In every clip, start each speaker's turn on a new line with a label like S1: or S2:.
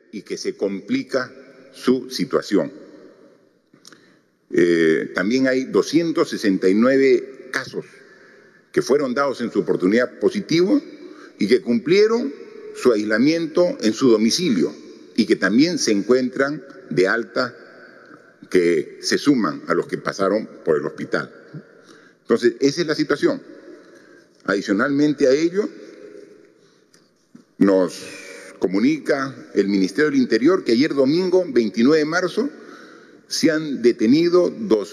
S1: y que se complica su situación. También hay 269 casos que fueron dados en su oportunidad positivo y que cumplieron su aislamiento en su domicilio y que también se encuentran de alta, que se suman a los que pasaron por el hospital. Entonces, esa es la situación. Adicionalmente a ello, nos comunica el Ministerio del Interior que ayer domingo, 29 de marzo, se han detenido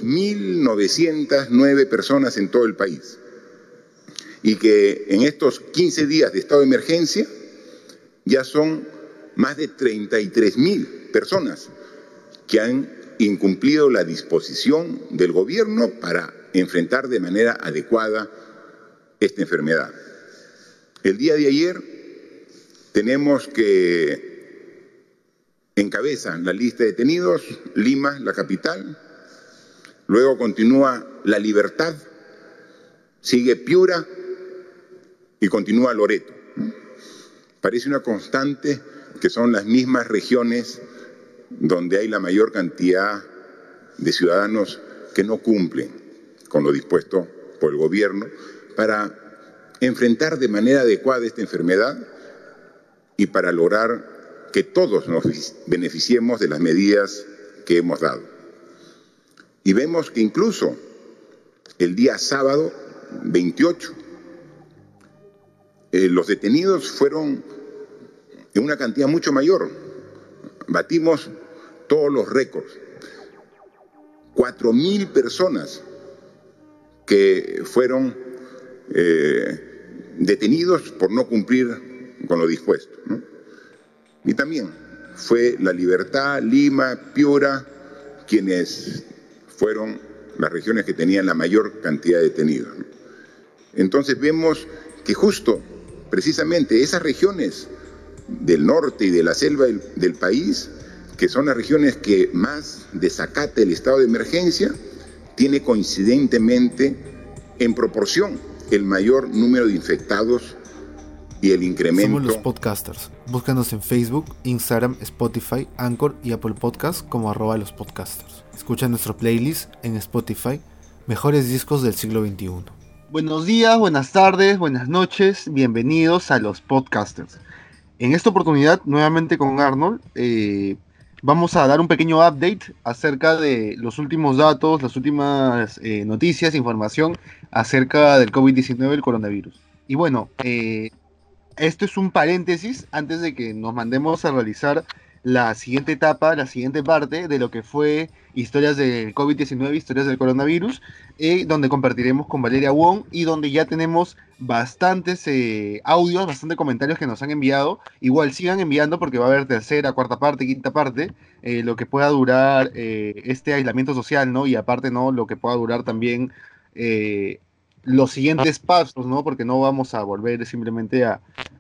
S1: 2.909 personas en todo el país y que en estos 15 días de estado de emergencia ya son más de 33.000 personas que han incumplido la disposición del gobierno para enfrentar de manera adecuada esta enfermedad. El día de ayer tenemos que encabeza la lista de detenidos Lima, la capital, luego continúa La Libertad, sigue Piura y continúa Loreto. Parece una constante que son las mismas regiones donde hay la mayor cantidad de ciudadanos que no cumplen con lo dispuesto por el gobierno para enfrentar de manera adecuada esta enfermedad y para lograr que todos nos beneficiemos de las medidas que hemos dado. Y vemos que incluso el día sábado 28, los detenidos fueron en una cantidad mucho mayor. Batimos todos los récords. 4.000 personas que fueron detenidos por no cumplir con lo dispuesto, ¿no? Y también fue La Libertad, Lima, Piura, quienes fueron las regiones que tenían la mayor cantidad de detenidos, ¿no? Entonces vemos que justo, precisamente, esas regiones del norte y de la selva del país, que son las regiones que más desacata el estado de emergencia, tiene coincidentemente, en proporción, el mayor número de infectados y el incremento.
S2: Somos los podcasters. Búscanos en Facebook, Instagram, Spotify, Anchor y Apple Podcasts como @lospodcasters. Escucha nuestro playlist en Spotify, Mejores Discos del Siglo XXI.
S3: Buenos días, buenas tardes, buenas noches, bienvenidos a los podcasters. En esta oportunidad, nuevamente con Arnold, vamos a dar un pequeño update acerca de los últimos datos, las últimas noticias, información acerca del COVID-19, el coronavirus. Y bueno, esto es un paréntesis antes de que nos mandemos a realizar la siguiente etapa, la siguiente parte de lo que fue historias del COVID-19, historias del coronavirus, donde compartiremos con Valeria Wong y donde ya tenemos bastantes audios, bastantes comentarios que nos han enviado. Igual sigan enviando porque va a haber tercera, cuarta parte, quinta parte, lo que pueda durar este aislamiento social, ¿no? Y aparte, ¿no? Lo que pueda durar también los siguientes pasos, ¿no? Porque no vamos a volver simplemente a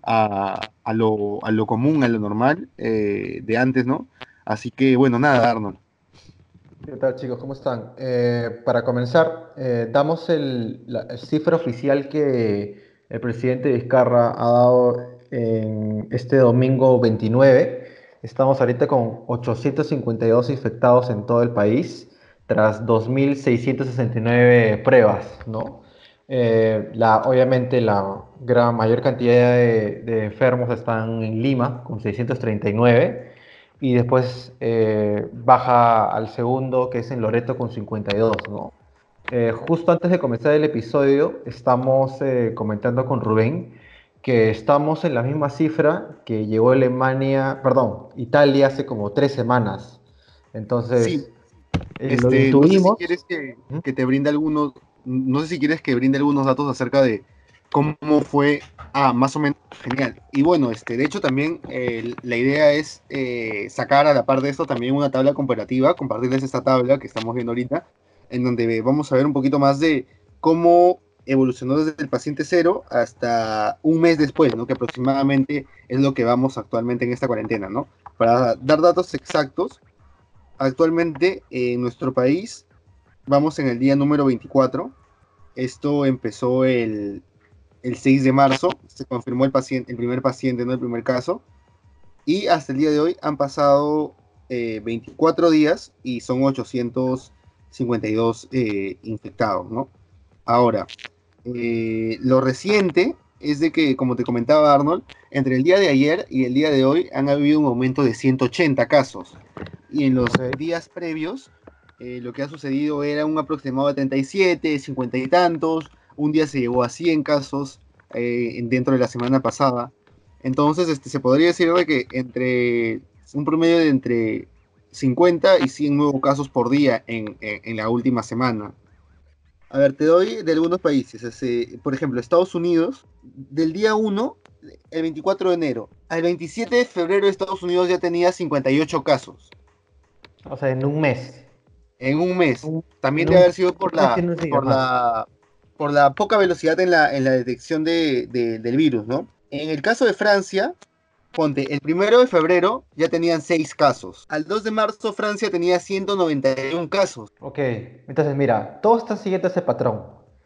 S3: lo común, a lo normal de antes, ¿no? Así que, bueno, nada, Arnold.
S4: ¿Qué tal, chicos? ¿Cómo están? Para comenzar, damos la cifra oficial que el presidente Vizcarra ha dado en este domingo 29. Estamos ahorita con 852 infectados en todo el país, tras 2.669 pruebas, ¿no? Obviamente la mayor cantidad de enfermos están en Lima, con 639, y después baja al segundo, que es en Loreto, con 52, ¿no? Justo antes de comenzar el episodio, estamos comentando con Rubén que estamos en la misma cifra que llegó Italia hace como 3 semanas. Entonces,
S3: sí.
S4: lo intuimos.
S3: No sé si quieres que te brinde algunos, no sé si quieres que brinde algunos datos acerca de cómo fue, más o menos, genial. Y bueno, de hecho también la idea es sacar a la par de esto también una tabla comparativa, compartirles esta tabla que estamos viendo ahorita, en donde vamos a ver un poquito más de cómo evolucionó desde el paciente cero hasta un mes después, ¿no? Que aproximadamente es lo que vamos actualmente en esta cuarentena, ¿no? Para dar datos exactos, actualmente en nuestro país vamos en el día número 24. Esto empezó el 6 de marzo, se confirmó el primer paciente, no el primer caso. Y hasta el día de hoy han pasado 24 días y son 852 infectados, ¿no? Ahora, lo reciente es de que, como te comentaba Arnold, entre el día de ayer y el día de hoy han habido un aumento de 180 casos. Y en los
S4: Ok.
S3: días previos, lo que ha sucedido era un aproximado de 37, 50 y tantos. Un día se llegó a 100 casos dentro de la semana pasada. Entonces, se podría decir de que entre un promedio de entre 50 y 100 nuevos casos por día en la última semana. A ver, te doy de algunos países. Por ejemplo, Estados Unidos, del día 1, el 24 de enero, al 27 de febrero, Estados Unidos ya tenía 58 casos
S4: O sea, en un mes.
S3: en un mes. También
S4: En
S3: debe
S4: un,
S3: haber sido
S4: un mes y unos días
S3: por
S4: más.
S3: la, por la poca velocidad en la detección del virus, ¿no? En el caso de Francia, ponte, el 1 de febrero ya tenían 6 casos. Al 2 de marzo, Francia tenía 191 casos.
S4: Ok, entonces mira, todos están siguiendo ese patrón.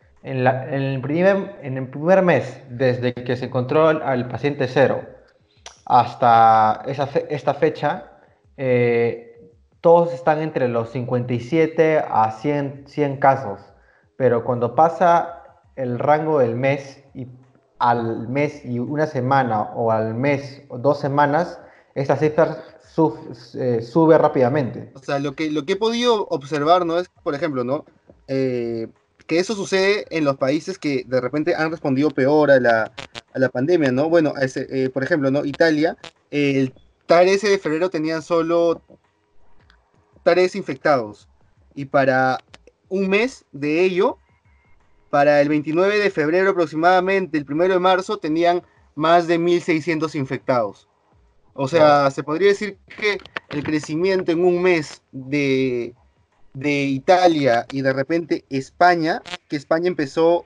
S4: En el primer mes, desde que se encontró al paciente cero hasta esta fecha, todos están entre los 57 a 100 casos. Pero cuando pasa el rango del mes y al mes y una semana o al mes o 2 semanas, esta cifra sube rápidamente.
S3: O sea, lo que he podido observar, ¿no? Es, por ejemplo, ¿no? Eh, que eso sucede en los países que de repente han respondido peor a la pandemia, ¿no? Bueno, por ejemplo, ¿no? Italia, el 13 de febrero tenían solo 3 infectados. Y para un mes de ello, para el 29 de febrero aproximadamente, el 1 de marzo, tenían más de 1.600 infectados. O
S4: Wow.
S3: sea, se podría decir que el crecimiento en un mes de Italia y de repente España, que España empezó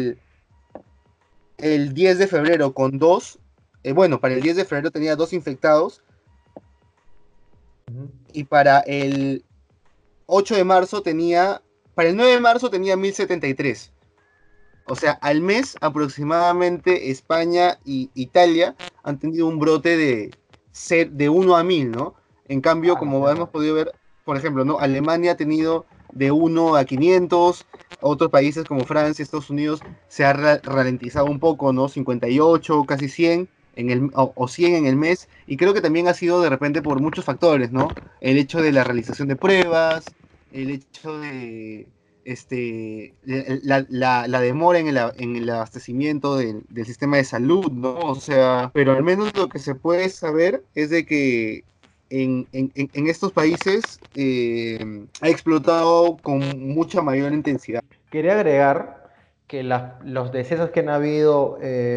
S3: el 10 de febrero con dos, bueno, para el 10 de febrero tenía 2 infectados
S4: Ujú.
S3: y para el 8 de marzo tenía, para el 9 de marzo tenía 1.073. O sea, al mes aproximadamente España y Italia han tenido un brote de 1 a 1.000, ¿no? En cambio,
S4: Ah, la
S3: como hemos
S4: mierda.
S3: podido ver, por ejemplo, ¿no? Alemania ha tenido de 1 a 500, otros países como Francia, Estados Unidos, se ha ralentizado un poco, ¿no? 58, casi 100 o 100 en el mes, y creo que también ha sido de repente por muchos factores, ¿no? El hecho de la realización de pruebas, el hecho de la demora en el abastecimiento del sistema de salud, ¿no? O sea, pero al menos lo que se puede saber es de que en estos países ha explotado con mucha mayor intensidad.
S4: Quería agregar que los decesos que han habido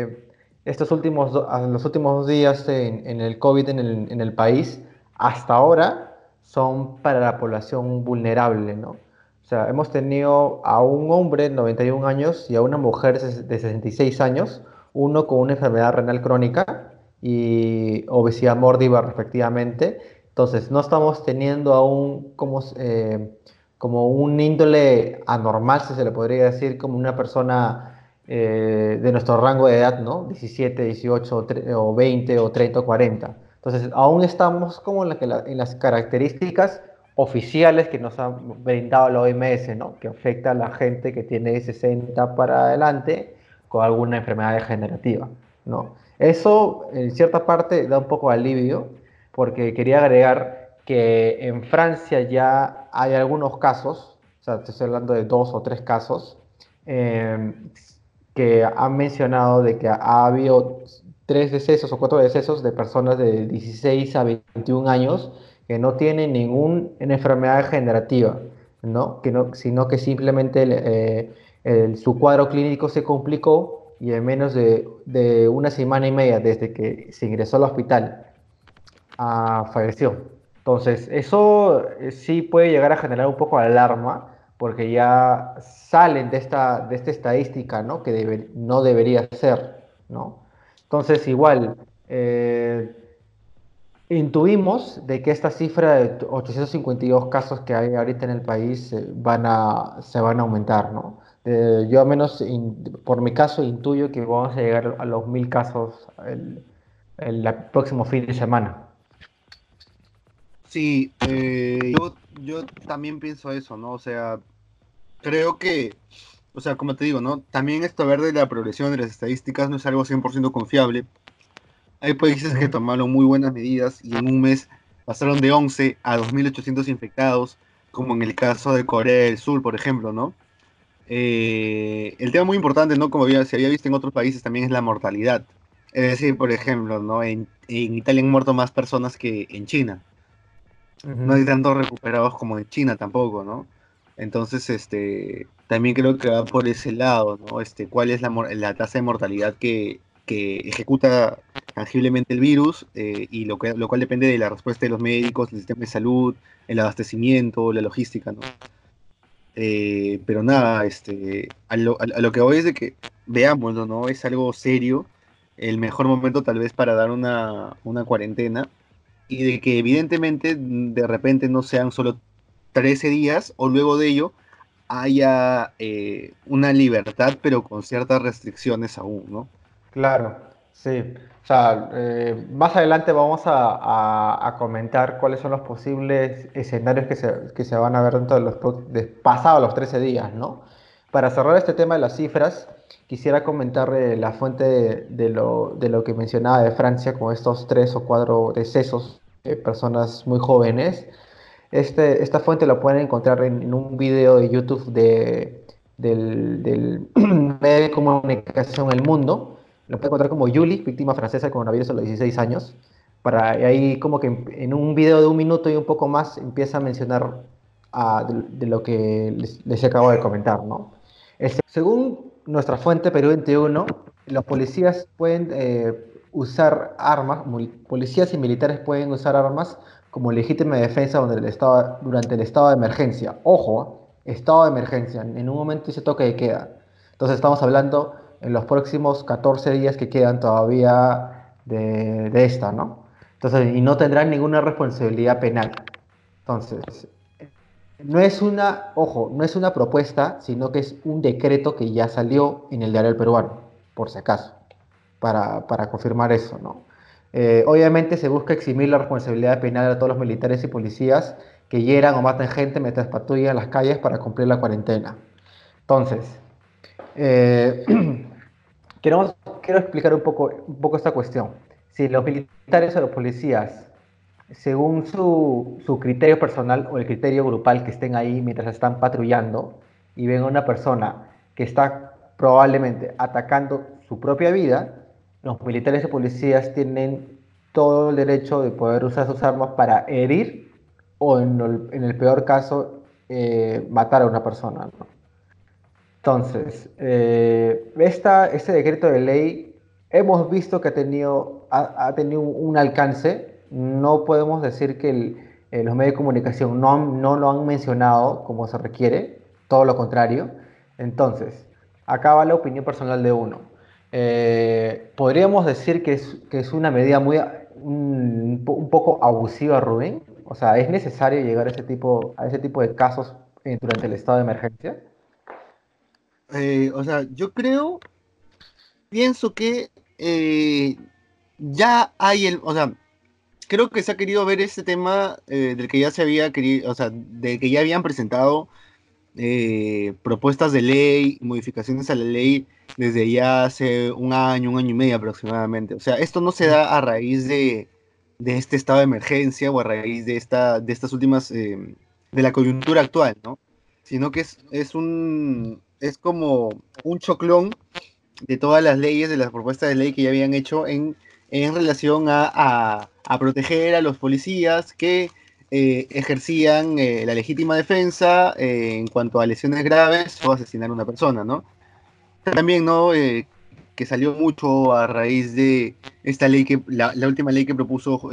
S4: los últimos días en el COVID en el país, hasta ahora son para la población vulnerable, ¿no? O sea, hemos tenido a un hombre de 91 años y a una mujer de 66 años, uno con una enfermedad renal crónica y obesidad mórbida respectivamente. Entonces, no estamos teniendo aún como un índole anormal, si se le podría decir, como una persona de nuestro rango de edad, ¿no? 17, 18 o 20 o 30 o 40. Entonces, aún estamos como en las características oficiales que nos ha brindado la OMS, ¿no? Que afecta a la gente que tiene 60 para adelante con alguna enfermedad degenerativa, ¿no? Eso, en cierta parte, da un poco de alivio, porque quería agregar que en Francia ya hay algunos casos, o sea, te estoy hablando de 2 o 3 casos, eh, que han mencionado de que ha habido 3 decesos o 4 decesos de personas de 16 a 21 años que no tienen ninguna enfermedad degenerativa, ¿no? Sino que simplemente su cuadro clínico se complicó y en menos de una semana y media desde que se ingresó al hospital falleció. Entonces, eso sí puede llegar a generar un poco de alarma, porque ya salen de esta estadística, ¿no? Que no debería ser, ¿no? Entonces, igual, intuimos de que esta cifra de 852 casos que hay ahorita en el país se van a aumentar, ¿no? Yo al menos, por mi caso, intuyo que vamos a llegar a los 1.000 casos el próximo fin de semana.
S3: Sí, yo también pienso eso, ¿no? O sea, creo que, o sea, como te digo, ¿no? También esto ver de la progresión de las estadísticas no es algo 100% confiable. Hay países que
S4: Ujú.
S3: tomaron muy buenas medidas y en un mes pasaron de 11 a 2.800 infectados, como en el caso de Corea del Sur, por ejemplo, ¿no? El tema muy importante, ¿no? Como se había visto en otros países, también es la mortalidad. Es decir, por ejemplo, ¿no? En Italia han muerto más personas que en China. No hay
S4: Ujú.
S3: tantos recuperados como en China tampoco, ¿no? Entonces, también creo que va por ese lado, ¿no? ¿Cuál es la tasa de mortalidad que ejecuta tangiblemente el virus? Y lo cual depende de la respuesta de los médicos, del sistema de salud, el abastecimiento, la logística, ¿no? Pero nada, a lo que voy es de que veámoslo, ¿no? Es algo serio, el mejor momento tal vez para dar una cuarentena y de que evidentemente de repente no sean solo 13 días o luego de ello haya una libertad pero con ciertas restricciones aún, ¿no?
S4: Claro, sí. O sea, más adelante vamos a comentar cuáles son los posibles escenarios que se van a ver dentro de pasados los 13 días, ¿no? Para cerrar este tema de las cifras, quisiera comentar la fuente de lo que mencionaba de Francia con estos 3 o 4 decesos de personas muy jóvenes. Esta fuente la pueden encontrar en un video de YouTube del medio de comunicación El Mundo. Lo pueden encontrar como Julie, víctima francesa de coronavirus a los 16 años. Y ahí como que en un video de 1 minuto y un poco más empieza a mencionar de lo que les acabo de comentar, ¿no? Según nuestra fuente Perú 21, los policías pueden usar armas, policías y militares pueden usar armas como legítima defensa durante el estado de emergencia. Ojo, estado de emergencia, en un momento ese toque de queda. Entonces estamos hablando en los próximos 14 días que quedan todavía de esta, ¿no? Entonces, y no tendrán ninguna responsabilidad penal. Entonces, ojo, no es una propuesta, sino que es un decreto que ya salió en el diario El Peruano, por si acaso, para confirmar eso, ¿no? Obviamente se busca eximir la responsabilidad penal a todos los militares y policías que hieran o maten gente mientras patrullan en las calles para cumplir la cuarentena. Entonces, eh, quiero explicar un poco esta cuestión. Si los militares o los policías, según su criterio personal o el criterio grupal que estén ahí mientras están patrullando y ven a una persona que está probablemente atacando su propia vida, los militares y policías tienen todo el derecho de poder usar sus armas para herir o en el peor caso matar a una persona, ¿no? Entonces, este decreto de ley hemos visto que ha tenido un alcance. No podemos decir que los medios de comunicación no lo han mencionado como se requiere, todo lo contrario. Entonces, acá va la opinión personal de uno. Podríamos decir que es una medida un poco abusiva, Rubén. O sea, ¿es necesario llegar a ese tipo de casos durante el estado de emergencia?
S3: O sea, pienso que ya hay o sea, creo que se ha querido ver este tema del que ya se había querido, o sea, de que ya habían presentado propuestas de ley, modificaciones a la ley desde ya hace un año y medio aproximadamente. O sea, esto no se da a raíz de este estado de emergencia o a raíz de estas últimas, de la coyuntura actual, ¿no? Sino que es como un choclón de todas las leyes, de las propuestas de ley que ya habían hecho en relación a proteger a los policías que ejercían la legítima defensa en cuanto a lesiones graves o asesinar a una persona, ¿no? También, ¿no? Que salió mucho a raíz de esta ley la última ley que propuso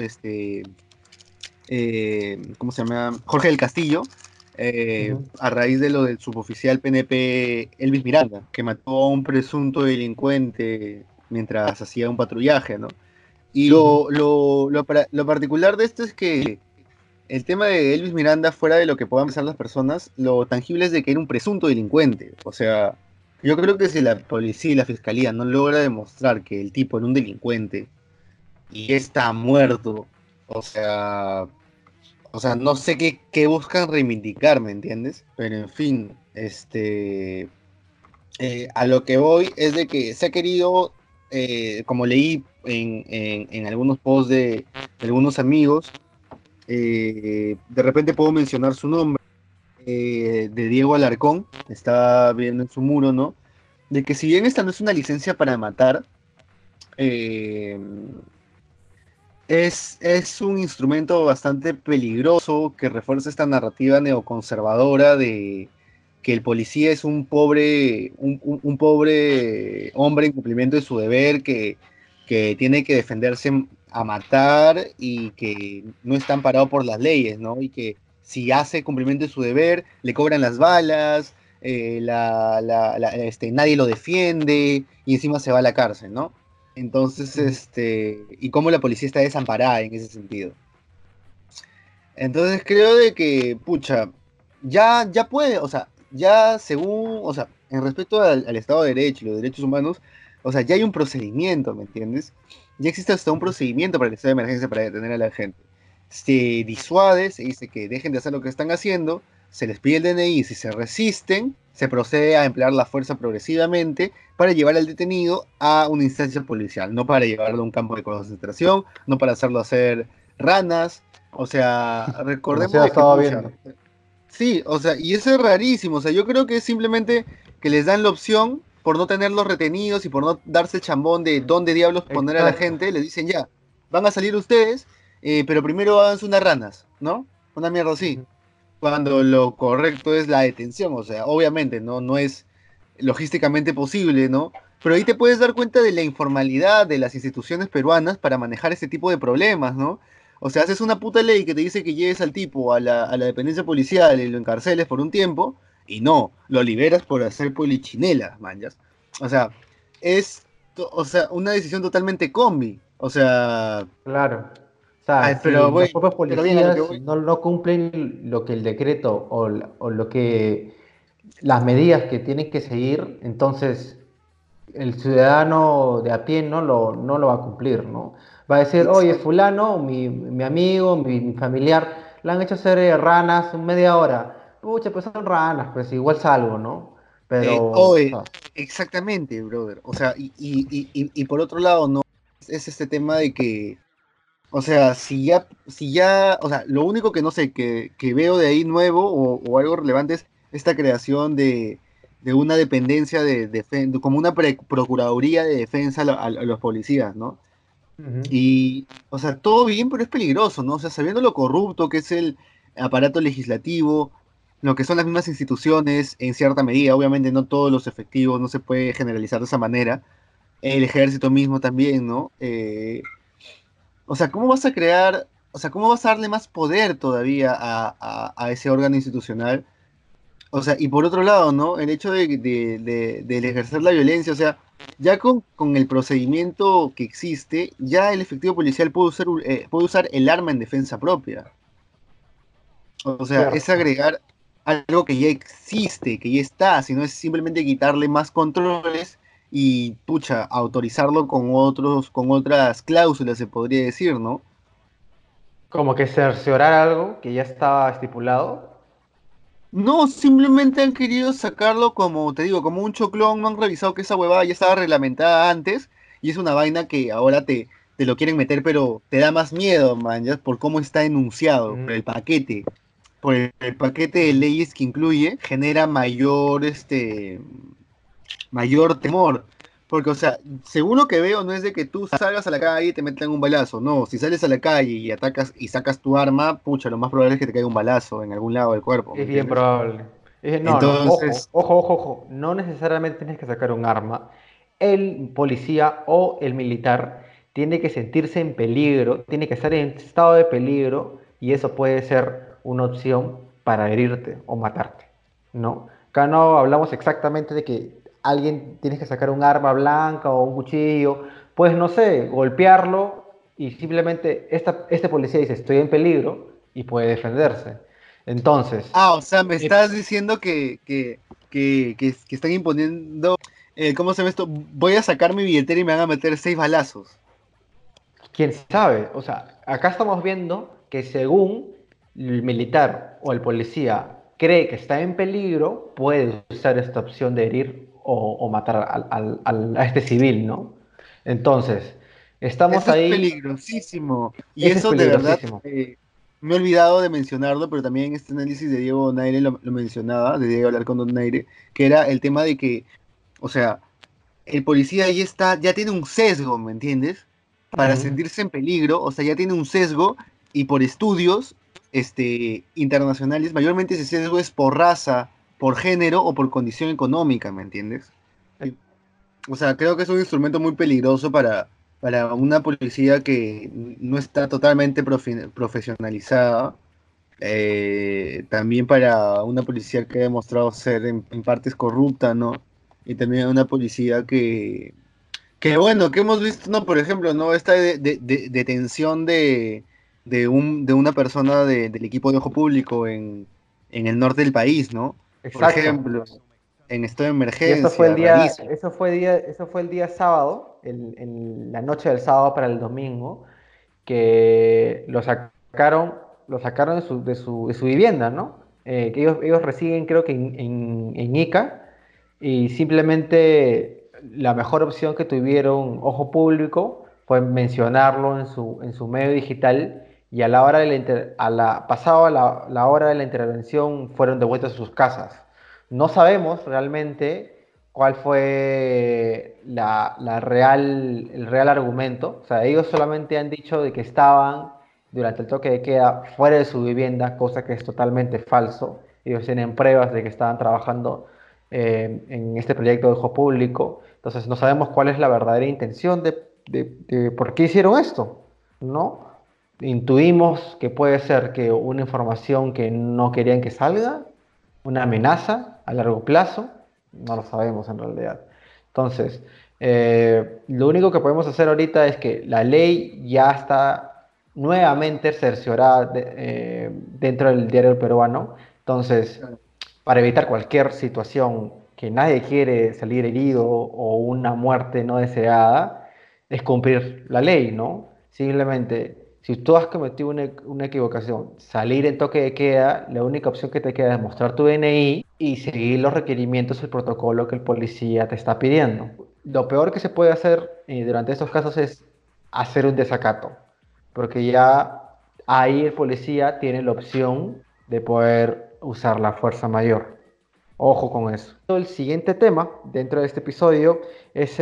S3: ¿cómo se llama? Jorge del Castillo,
S4: Ujú.
S3: a raíz de lo del suboficial PNP Elvis Miranda, que mató a un presunto delincuente mientras hacía un patrullaje, ¿no? Y
S4: Ujú.
S3: lo particular de esto es que el tema de Elvis Miranda, fuera de lo que puedan pensar las personas, lo tangible es de que era un presunto delincuente. O sea, yo creo que si la policía y la fiscalía no logra demostrar que el tipo era un delincuente y está muerto, o sea, O sea, no sé qué buscan reivindicar, ¿me entiendes? Pero en fin, a lo que voy es de que se ha querido, como leí en algunos posts de algunos amigos, de repente puedo mencionar su nombre, de Diego Alarcón, está viendo en su muro, ¿no? De que si bien esta no es una licencia para matar, eh, es un instrumento bastante peligroso que refuerza esta narrativa neoconservadora de que el policía es un pobre hombre en cumplimiento de su deber que tiene que defenderse a matar y que no está amparado por las leyes, ¿no? Y que si hace cumplimiento de su deber, le cobran las balas, nadie lo defiende y encima se va a la cárcel, ¿no? Entonces, y cómo la policía está desamparada en ese sentido. Entonces creo de que, pucha, ya puede, o sea, ya según, o sea, en respecto al Estado de Derecho y los derechos humanos, o sea, ya hay un procedimiento, ¿me entiendes? Ya existe hasta un procedimiento para el estado de emergencia para detener a la gente. Se disuade, se dice que dejen de hacer lo que están haciendo, se les pide el DNI, si se resisten, se procede a emplear la fuerza progresivamente para llevar al detenido a una instancia policial, no para llevarlo a un campo de concentración, no para hacerlo hacer ranas, o sea,
S4: Como se
S3: recordemos
S4: ha
S3: de que,
S4: estado
S3: pucha,
S4: viendo.
S3: sí, o sea, y eso es rarísimo, o sea, yo creo que es simplemente que les dan la opción por no tenerlos retenidos y por no darse el chambón de dónde diablos poner a la
S4: Exacto.
S3: gente, les dicen ya, van a salir ustedes, pero primero háganse unas ranas, ¿no? Una mierda así,
S4: Ujú.
S3: cuando lo correcto es la detención, o sea, obviamente, no es logísticamente posible, ¿no? Pero ahí te puedes dar cuenta de la informalidad de las instituciones peruanas para manejar este tipo de problemas, ¿no? O sea, haces una puta ley que te dice que lleves al tipo a la dependencia policial y lo encarceles por un tiempo, y no, lo liberas por hacer polichinela, manjas. O sea, o sea, una decisión totalmente combi. O sea,
S4: Claro. O sea,
S3: pero
S4: si los
S3: voy,
S4: propios
S3: pero bien a lo que
S4: policías
S3: voy.
S4: no cumplen lo que el decreto o lo que las medidas que tienen que seguir, entonces el ciudadano de a pie no lo va a cumplir, ¿no? Va a decir, oye,
S3: Exacto.
S4: fulano, mi amigo, mi familiar, le han hecho hacer ranas media hora. Pucha, pues son ranas, pues igual salgo, ¿no? Pero, o
S3: Oye,
S4: sea,
S3: exactamente, brother. O sea, y por otro lado, ¿no? Es este tema de que, o sea, si ya, o sea, lo único que no sé, que veo de ahí nuevo o algo relevante es esta creación de una dependencia como una procuraduría de defensa a los policías, ¿no?
S4: ujú.
S3: Y, o sea, todo bien, pero es peligroso, ¿no? O sea, sabiendo lo corrupto que es el aparato legislativo, lo que son las mismas instituciones, en cierta medida, obviamente no todos los efectivos, no se puede generalizar de esa manera, el ejército mismo también, ¿no? O sea, ¿cómo vas a crear, o sea, cómo vas a darle más poder todavía a ese órgano institucional? O sea, y por otro lado, ¿no? El hecho del ejercer la violencia, o sea, ya con el procedimiento que existe, ya el efectivo policial puede usar el arma en defensa propia. O sea, es
S4: Cierto.
S3: agregar algo que ya existe, que ya está, sino es simplemente quitarle más controles y, pucha, autorizarlo con otras cláusulas, se podría decir, ¿no?
S4: Como que cerciorar algo que ya estaba estipulado.
S3: No, simplemente han querido sacarlo como, te digo, como un choclón, no han revisado que esa huevada ya estaba reglamentada antes y es una vaina que ahora te lo quieren meter, pero te da más miedo, man, ya por cómo está enunciado, por
S4: Ujú,
S3: el paquete, por el paquete de
S4: ujú.
S3: leyes que incluye, genera mayor temor. Porque, o sea, según lo que veo, no es de que tú salgas a la calle y te metan un balazo. No, si sales a la calle y atacas y sacas tu arma, pucha, lo más probable es que te caiga un balazo en algún lado del cuerpo, ¿me
S4: Es bien
S3: entiendes?
S4: probable. No, ojo,
S3: Entonces,
S4: ojo, ojo, ojo. No necesariamente tienes que sacar un arma. El policía o el militar tiene que sentirse en peligro, tiene que estar en estado de peligro y eso puede ser una opción para herirte o matarte, ¿no? Acá no hablamos exactamente de que alguien tienes que sacar un arma blanca o un cuchillo, pues no sé, golpearlo y simplemente este policía dice estoy en peligro y puede defenderse. Entonces,
S3: o sea, me
S4: eh,
S3: estás diciendo que están imponiendo, ¿cómo se llama esto? Voy a sacar mi billetera y me van a meter 6 balazos.
S4: quién sabe, o sea, acá estamos viendo que según el militar o el policía cree que está en peligro, puede usar esta opción de herir o matar a este civil, ¿no? Entonces, estamos
S3: Eso es
S4: ahí,
S3: peligrosísimo. Y
S4: ese es
S3: eso de verdad,
S4: peligrosísimo.
S3: me he olvidado de mencionarlo, pero también este análisis de Diego Donaire lo mencionaba, de Diego Alarcón Donaire, que era el tema de que, o sea, el policía ya está, ya tiene un sesgo, ¿me entiendes? Para
S4: Ujú.
S3: sentirse en peligro, o sea, ya tiene un sesgo y por estudios internacionales, mayormente ese sesgo es por raza, por género o por condición económica, ¿me entiendes? O sea, creo que es un instrumento muy peligroso para una policía que no está totalmente profesionalizada. También para una policía que ha demostrado ser en partes corrupta, ¿no? Y también una policía que bueno, que hemos visto, ¿no? Por ejemplo, ¿no? Esta detención de una persona del equipo de ojo público en el norte del país, ¿no? Por
S4: Exacto.
S3: ejemplo, en estado de
S4: Y esto fue el
S3: emergencia,
S4: día,
S3: rarísimo.
S4: eso fue el día sábado, en la noche del sábado para el domingo, que lo sacaron de su vivienda, ¿no? Que ellos residen, creo que en Ica, y simplemente la mejor opción que tuvieron Ojo Público fue mencionarlo en su medio digital, y a la hora de pasado la hora de la intervención fueron devueltos a sus casas. No sabemos realmente cuál fue el real argumento. O sea, ellos solamente han dicho de que estaban durante el toque de queda fuera de su vivienda, cosa que es totalmente falso. Ellos tienen pruebas de que estaban trabajando en este proyecto de ojo público. Entonces no sabemos cuál es la verdadera intención de por qué hicieron esto, ¿no? Intuimos que puede ser que una información que no querían que salga, una amenaza a largo plazo, no lo sabemos en realidad. Entonces, lo único que podemos hacer ahorita es que la ley ya está nuevamente cerciorada dentro del diario peruano. Entonces, para evitar cualquier situación que nadie quiere salir herido o una muerte no deseada, es cumplir la ley, ¿no? Simplemente, si tú has cometido una equivocación, salir en toque de queda, la única opción que te queda es mostrar tu DNI y seguir los requerimientos y el protocolo que el policía te está pidiendo. Lo peor que se puede hacer durante estos casos es hacer un desacato, porque ya ahí el policía tiene la opción de poder usar la fuerza mayor. Ojo con eso. El siguiente tema dentro de este episodio es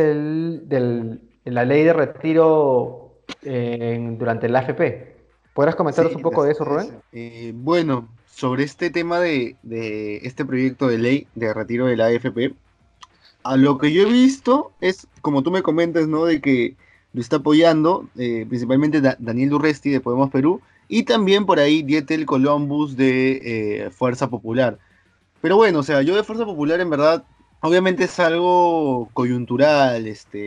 S4: de la ley de retiro durante el AFP. ¿Podrás comentaros un
S3: Sí,
S4: poco
S3: las
S4: de eso, Rubén?
S3: ETS. Bueno, sobre este tema de este proyecto de ley de retiro de la AFP, a lo que yo he visto es, como tú me comentas, ¿no? De que lo está apoyando principalmente Daniel Durresti de Podemos Perú y también por ahí Dietel Columbus de Fuerza Popular. Pero bueno, o sea, yo de Fuerza Popular en verdad, obviamente es algo coyuntural,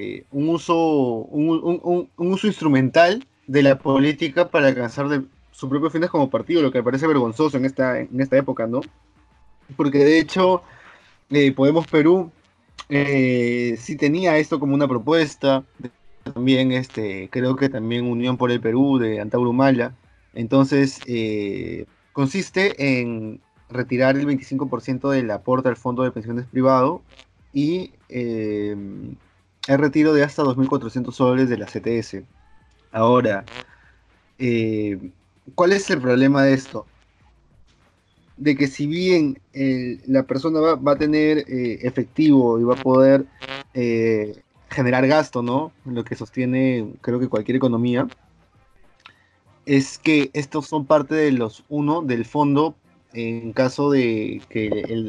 S3: un uso instrumental de la política para alcanzar sus propios fines como partido, lo que me parece vergonzoso en esta época, ¿no? Porque de hecho, Podemos Perú sí tenía esto como una propuesta, también creo que también Unión por el Perú de Antauro Humala. Entonces, consiste en retirar el 25% del aporte al fondo de pensiones privado y el retiro de hasta 2.400 soles de la CTS. Ahora, eh, ¿cuál es el problema de esto? De que si bien la persona va a tener efectivo y va a poder generar gasto, ¿no? Lo que sostiene creo que cualquier economía, es que estos son parte de del fondo en caso de que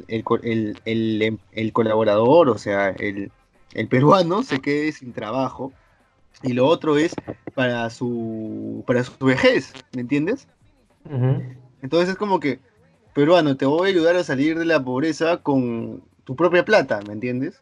S3: el colaborador, o sea, el peruano se quede sin trabajo. Y lo otro es para su vejez, ¿me entiendes?
S4: Ujú.
S3: Entonces es como que, peruano, te voy a ayudar a salir de la pobreza con tu propia plata, ¿me entiendes?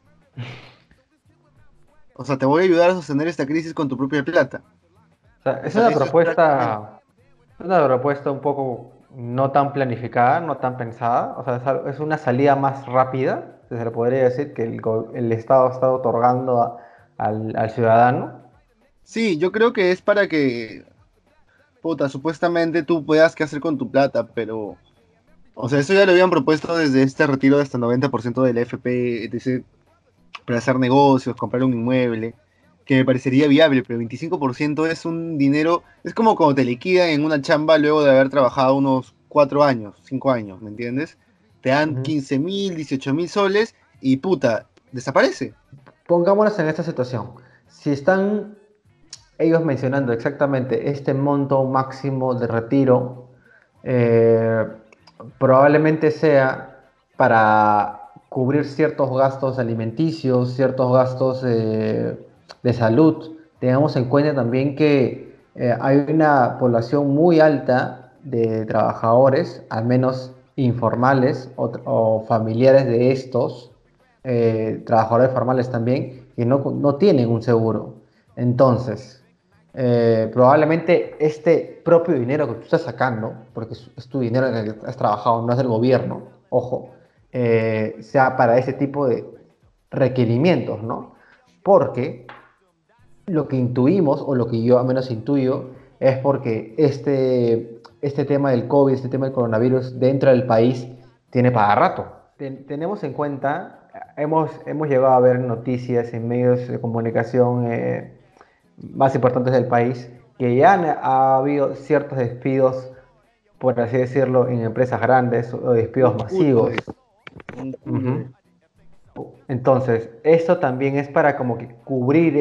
S3: O sea, te voy a ayudar a sostener esta crisis con tu propia plata.
S4: O sea,
S3: O sea, eso es prácticamente.
S4: es una propuesta un poco no tan planificada, no tan pensada. O sea, es una salida más rápida, se le podría decir, que el Estado está otorgando al ciudadano.
S3: Sí, yo creo que es puta, supuestamente tú puedas qué hacer con tu plata, pero, o sea, eso ya lo habían propuesto desde este retiro de hasta 90% del FP, etc., para hacer negocios, comprar un inmueble, que me parecería viable, pero 25% es un dinero, es como cuando te liquidan en una chamba luego de haber trabajado unos 4 años, 5 años, ¿me entiendes? Te dan
S4: Ujú.
S3: 15.000, 18.000 soles y puta, desaparece.
S4: Pongámonos en esta situación. Si están ellos mencionando exactamente este monto máximo de retiro, eh, probablemente sea para cubrir ciertos gastos alimenticios, ciertos gastos de salud. Tengamos en cuenta también que hay una población muy alta de trabajadores, al menos informales o familiares de estos, trabajadores formales también, que no tienen un seguro. Entonces, probablemente este propio dinero que tú estás sacando, porque es tu dinero en el que has trabajado, no es del gobierno, ojo, sea para ese tipo de requerimientos, ¿no? Porque lo que intuimos, o lo que yo al menos intuyo, es porque este tema del COVID, este tema del coronavirus dentro del país tiene para rato. Tenemos en cuenta, hemos llegado a ver noticias en medios de comunicación más importantes del país, que ya ha habido ciertos despidos, por así decirlo, en empresas grandes o despidos
S3: Un culo
S4: masivos.
S3: de, un culo de.
S4: Ujú. Entonces, esto también es para como que cubrir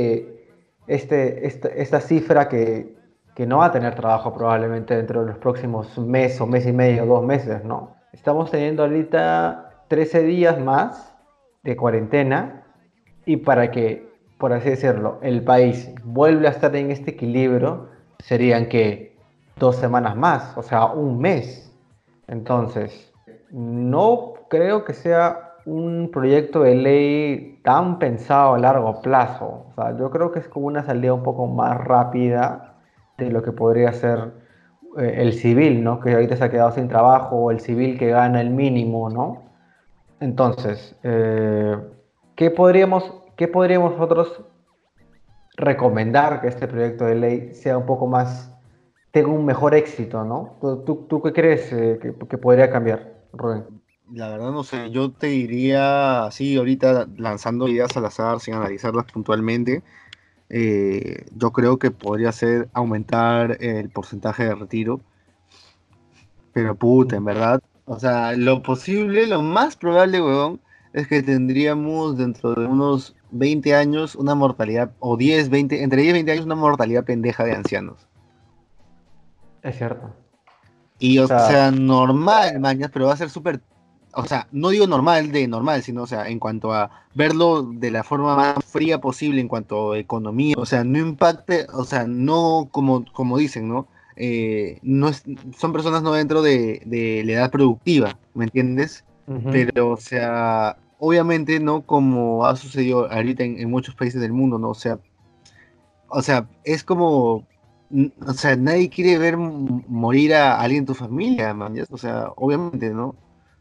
S4: esta cifra que no va a tener trabajo probablemente dentro de los próximos mes o mes y medio, 2 meses, ¿no? Estamos teniendo ahorita 13 días más de cuarentena y para que, por así decirlo, el país vuelva a estar en este equilibrio, serían que 2 semanas más, o sea, un mes. Entonces, no creo que sea un proyecto de ley tan pensado a largo plazo. O sea, yo creo que es como una salida un poco más rápida de lo que podría ser el civil, ¿no? Que ahorita se ha quedado sin trabajo, o el civil que gana el mínimo, ¿no? Entonces, ¿qué podríamos nosotros recomendar que este proyecto de ley sea un poco más, tenga un mejor éxito, ¿no? ¿Tú qué crees que podría cambiar, Rubén?
S3: La verdad no sé, yo te diría así ahorita lanzando ideas al azar sin analizarlas puntualmente. Yo creo que podría ser aumentar el porcentaje de retiro, pero puta, en verdad, o sea, lo posible, lo más probable, huevón, es que tendríamos dentro de unos 20 años una mortalidad, o 10 20 entre 10 y 20 años una mortalidad pendeja de ancianos.
S4: Es cierto.
S3: Y,
S4: O
S3: o
S4: sea,
S3: sea, normal, mañas, pero va a ser súper, o sea, no digo normal de normal, sino, o sea, en cuanto a verlo de la forma más fría posible en cuanto a economía, o sea, no impacte, o sea, no como dicen, ¿no? No es- Son personas no dentro de la edad productiva, ¿me entiendes?
S4: ujú.
S3: Pero, o sea, obviamente, ¿no? Como ha sucedido ahorita en muchos países del mundo, ¿no? O sea, es como, o sea, nadie quiere ver morir a alguien en tu familia, man, ¿ya? O sea, obviamente, ¿no?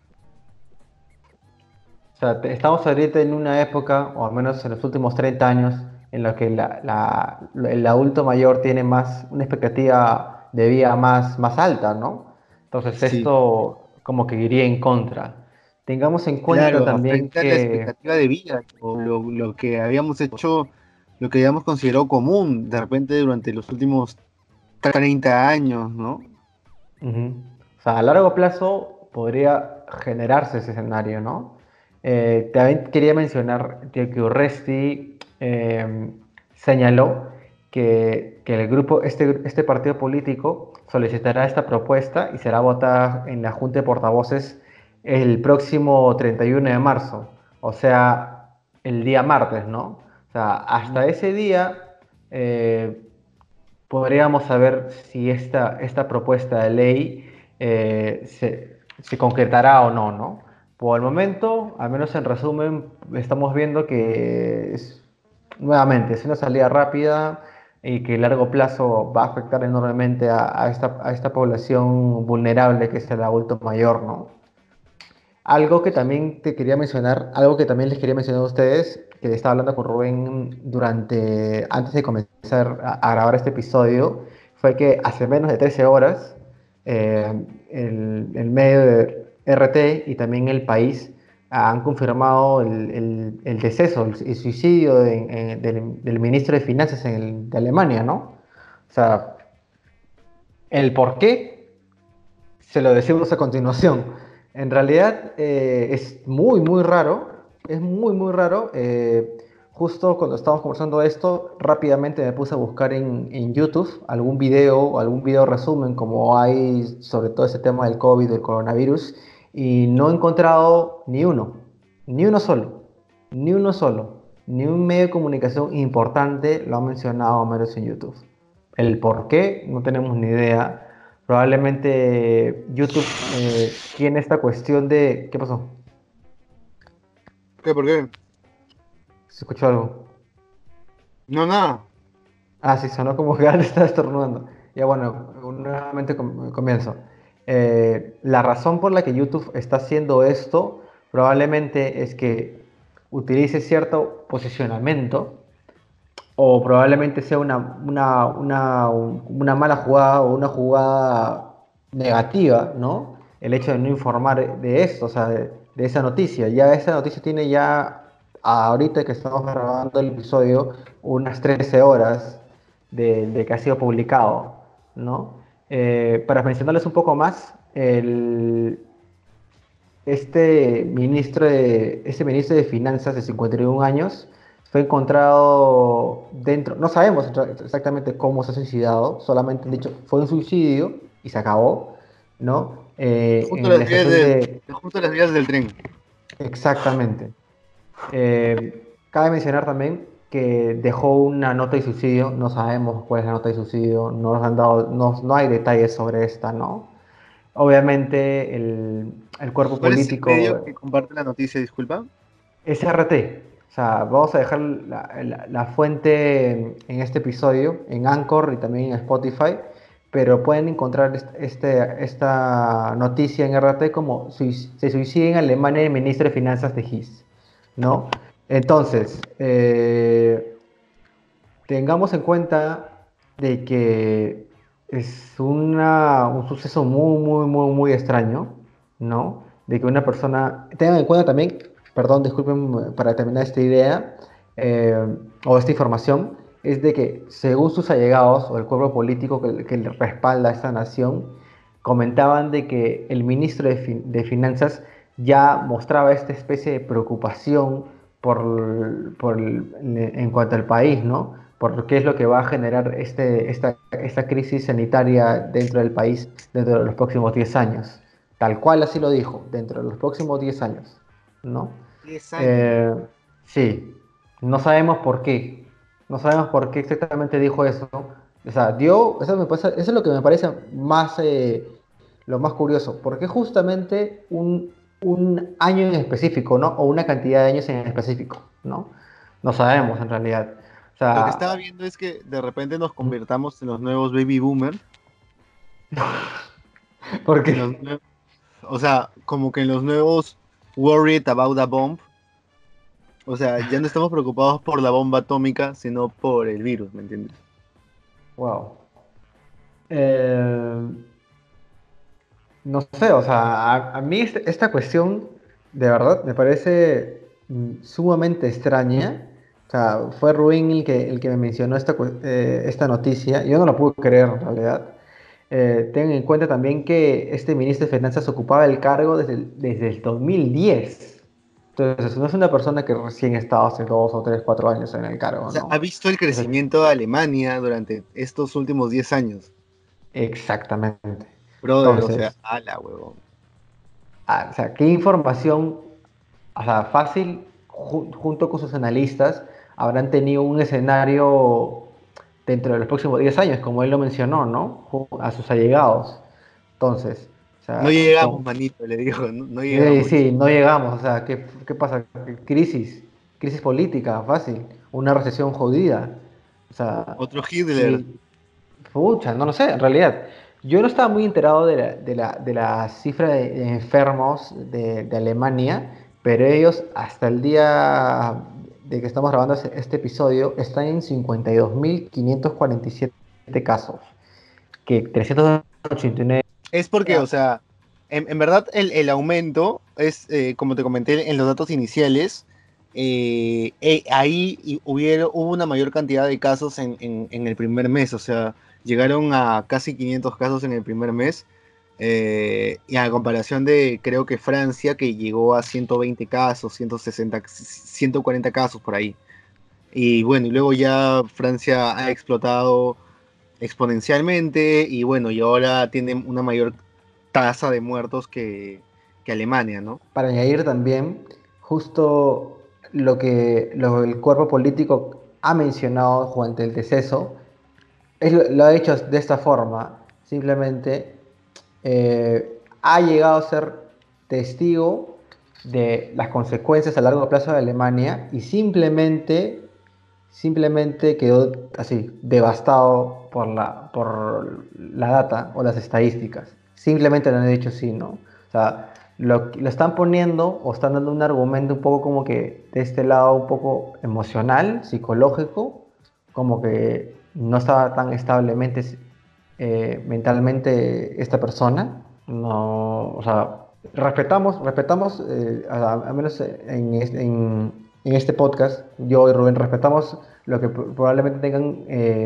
S4: O sea, estamos ahorita en una época, o al menos en los últimos 30 años, en la que el adulto mayor tiene una expectativa de vida más alta, ¿no? Entonces
S3: Sí,
S4: esto como que iría en contra. Tengamos en cuenta
S3: claro,
S4: también
S3: afecta la
S4: que,
S3: expectativa de vida, o lo que habíamos hecho, lo que habíamos considerado común, de repente durante los últimos 30 años, ¿no?
S4: ujú, o sea, a largo plazo podría generarse ese escenario, ¿no? También quería mencionar que Urresti señaló que el grupo, este partido político solicitará esta propuesta y será votada en la Junta de Portavoces el próximo 31 de marzo, o sea, el día martes, ¿no? O sea, hasta
S3: Ujú.
S4: ese día eh, podríamos saber si esta propuesta de ley se concretará o no, ¿no? Por el momento, al menos en resumen, estamos viendo que nuevamente es una salida rápida y que a largo plazo va a afectar enormemente a esta población vulnerable que es el adulto mayor, ¿no? Algo que también te quería mencionar, algo que también les quería mencionar a ustedes, que estaba hablando con Rubén antes de comenzar a grabar este episodio, fue que hace menos de 13 horas el medio de RT y también El País han confirmado el deceso, el suicidio del ministro de Finanzas de Alemania, ¿no? O sea, el por qué se lo decimos a continuación. En realidad es muy, muy raro, es muy, muy raro. Justo cuando estábamos conversando esto, rápidamente me puse a buscar en YouTube algún video o algún video resumen, como hay sobre todo ese tema del COVID, del coronavirus, y no he encontrado ni uno solo, ni uno solo, ni un medio de comunicación importante lo ha mencionado menos en YouTube. El por qué no tenemos ni idea. Probablemente YouTube tiene esta cuestión de... ¿Qué pasó?
S3: ¿Qué? ¿Por qué?
S4: ¿Se escuchó algo?
S3: No, nada.
S4: Ah, sí, sonó como que alguien estaba estornudando. Ya bueno, nuevamente comienzo. La razón por la que YouTube está haciendo esto probablemente es que utilice cierto posicionamiento o probablemente sea una mala jugada o una jugada negativa, ¿no? El hecho de no informar de esto, o sea, de esa noticia. Ya esa noticia tiene ya, ahorita que estamos grabando el episodio, unas 13 horas de que ha sido publicado, ¿no? Para mencionarles un poco más, este ministro de Finanzas de 51 años fue encontrado dentro, no sabemos exactamente cómo se ha suicidado, solamente han dicho fue un suicidio y se acabó, ¿no? En la estación de...
S3: Junto a las vías del tren.
S4: Exactamente. Cabe mencionar también que dejó una nota de suicidio, no sabemos cuál es la nota de suicidio, no nos han dado, no hay detalles sobre esta, ¿no? Obviamente el cuerpo
S3: ¿Cuál es el medio
S4: político
S3: que comparte la noticia, disculpa?
S4: es RT. O sea, vamos a dejar la fuente en este episodio, en Anchor y también en Spotify, pero pueden encontrar esta noticia en RT como se suicida en Alemania el ministro de Finanzas de His, ¿no? Entonces, tengamos en cuenta de que es un suceso muy, muy, muy, muy extraño, ¿no? De que una persona, tengan en cuenta también, perdón, disculpen para terminar esta idea o esta información, es de que según sus allegados o el cuerpo político que le respalda a esta nación, comentaban de que el ministro de Finanzas ya mostraba esta especie de preocupación en cuanto al país, ¿no? Por qué es lo que va a generar esta crisis sanitaria dentro del país dentro de los próximos 10 años. Tal cual así lo dijo, dentro de los próximos 10 años, ¿no?
S3: 10 años.
S4: Eh, sí, no sabemos por qué. No sabemos por qué exactamente dijo eso. O sea, eso es lo que me parece más, lo más curioso. ¿Por qué justamente un año en específico, ¿no? O una cantidad de años en específico, ¿no? No sabemos en realidad. O
S3: Lo que
S4: sea,
S3: estaba viendo es que de repente nos convirtamos en los nuevos baby boomers. En los
S4: porque
S3: o sea, como que en los nuevos worried about a bomb. O sea, ya no estamos preocupados por la bomba atómica, sino por el virus, ¿me entiendes?
S4: wow. Eh, no sé, o sea, a mí esta cuestión de verdad me parece sumamente extraña. O sea, fue Ruin el que me mencionó esta noticia. Yo no la pude creer en realidad. Ten en cuenta también que este ministro de Finanzas ocupaba el cargo desde el 2010. Entonces, no es una persona que recién estaba hace 2 o 3, 4 años en el
S3: O
S4: cargo,
S3: sea, ha
S4: ¿no?
S3: visto el
S4: Entonces,
S3: crecimiento de Alemania durante estos últimos 10 años.
S4: exactamente.
S3: Brother, o sea,
S4: Entonces,
S3: ala, huevón.
S4: o sea, ¿qué información, o sea, fácil, junto con sus analistas, habrán tenido un escenario dentro de los próximos 10 años, como él lo mencionó, ¿no? A sus allegados. Entonces, o
S3: No
S4: sea,
S3: llegamos, manito, le dijo, no, no
S4: sí,
S3: llegamos.
S4: sí, no llegamos, o sea, ¿qué pasa? Crisis política, fácil, una recesión jodida, o sea,
S3: Otro Hitler.
S4: y pucha, no lo sé, en realidad. Yo no estaba muy enterado de la cifra de enfermos de Alemania, pero ellos hasta el día de que estamos grabando este episodio están en 52.547 casos. que 389.
S3: Es porque, o sea, en verdad el aumento es, como te comenté en los datos iniciales, hubo una mayor cantidad de casos en el primer mes, o sea, llegaron a casi 500 casos en el primer mes, y a comparación de, creo que Francia, que llegó a 120 casos, 160, 140 casos por ahí. Y bueno, y luego ya Francia ha explotado exponencialmente y bueno, y ahora tienen una mayor tasa de muertos que Alemania, ¿no?
S4: Para añadir también, justo lo que el cuerpo político ha mencionado durante el deceso, lo ha hecho de esta forma, simplemente ha llegado a ser testigo de las consecuencias a largo plazo de Alemania y simplemente quedó así, devastado por la data o las estadísticas. Simplemente lo han dicho sí, ¿no? O sea, lo están poniendo o están dando un argumento un poco como que de este lado un poco emocional, psicológico, como que no estaba tan establemente mentalmente esta persona. No, o sea, respetamos al menos en este podcast, yo y Rubén respetamos lo que probablemente tengan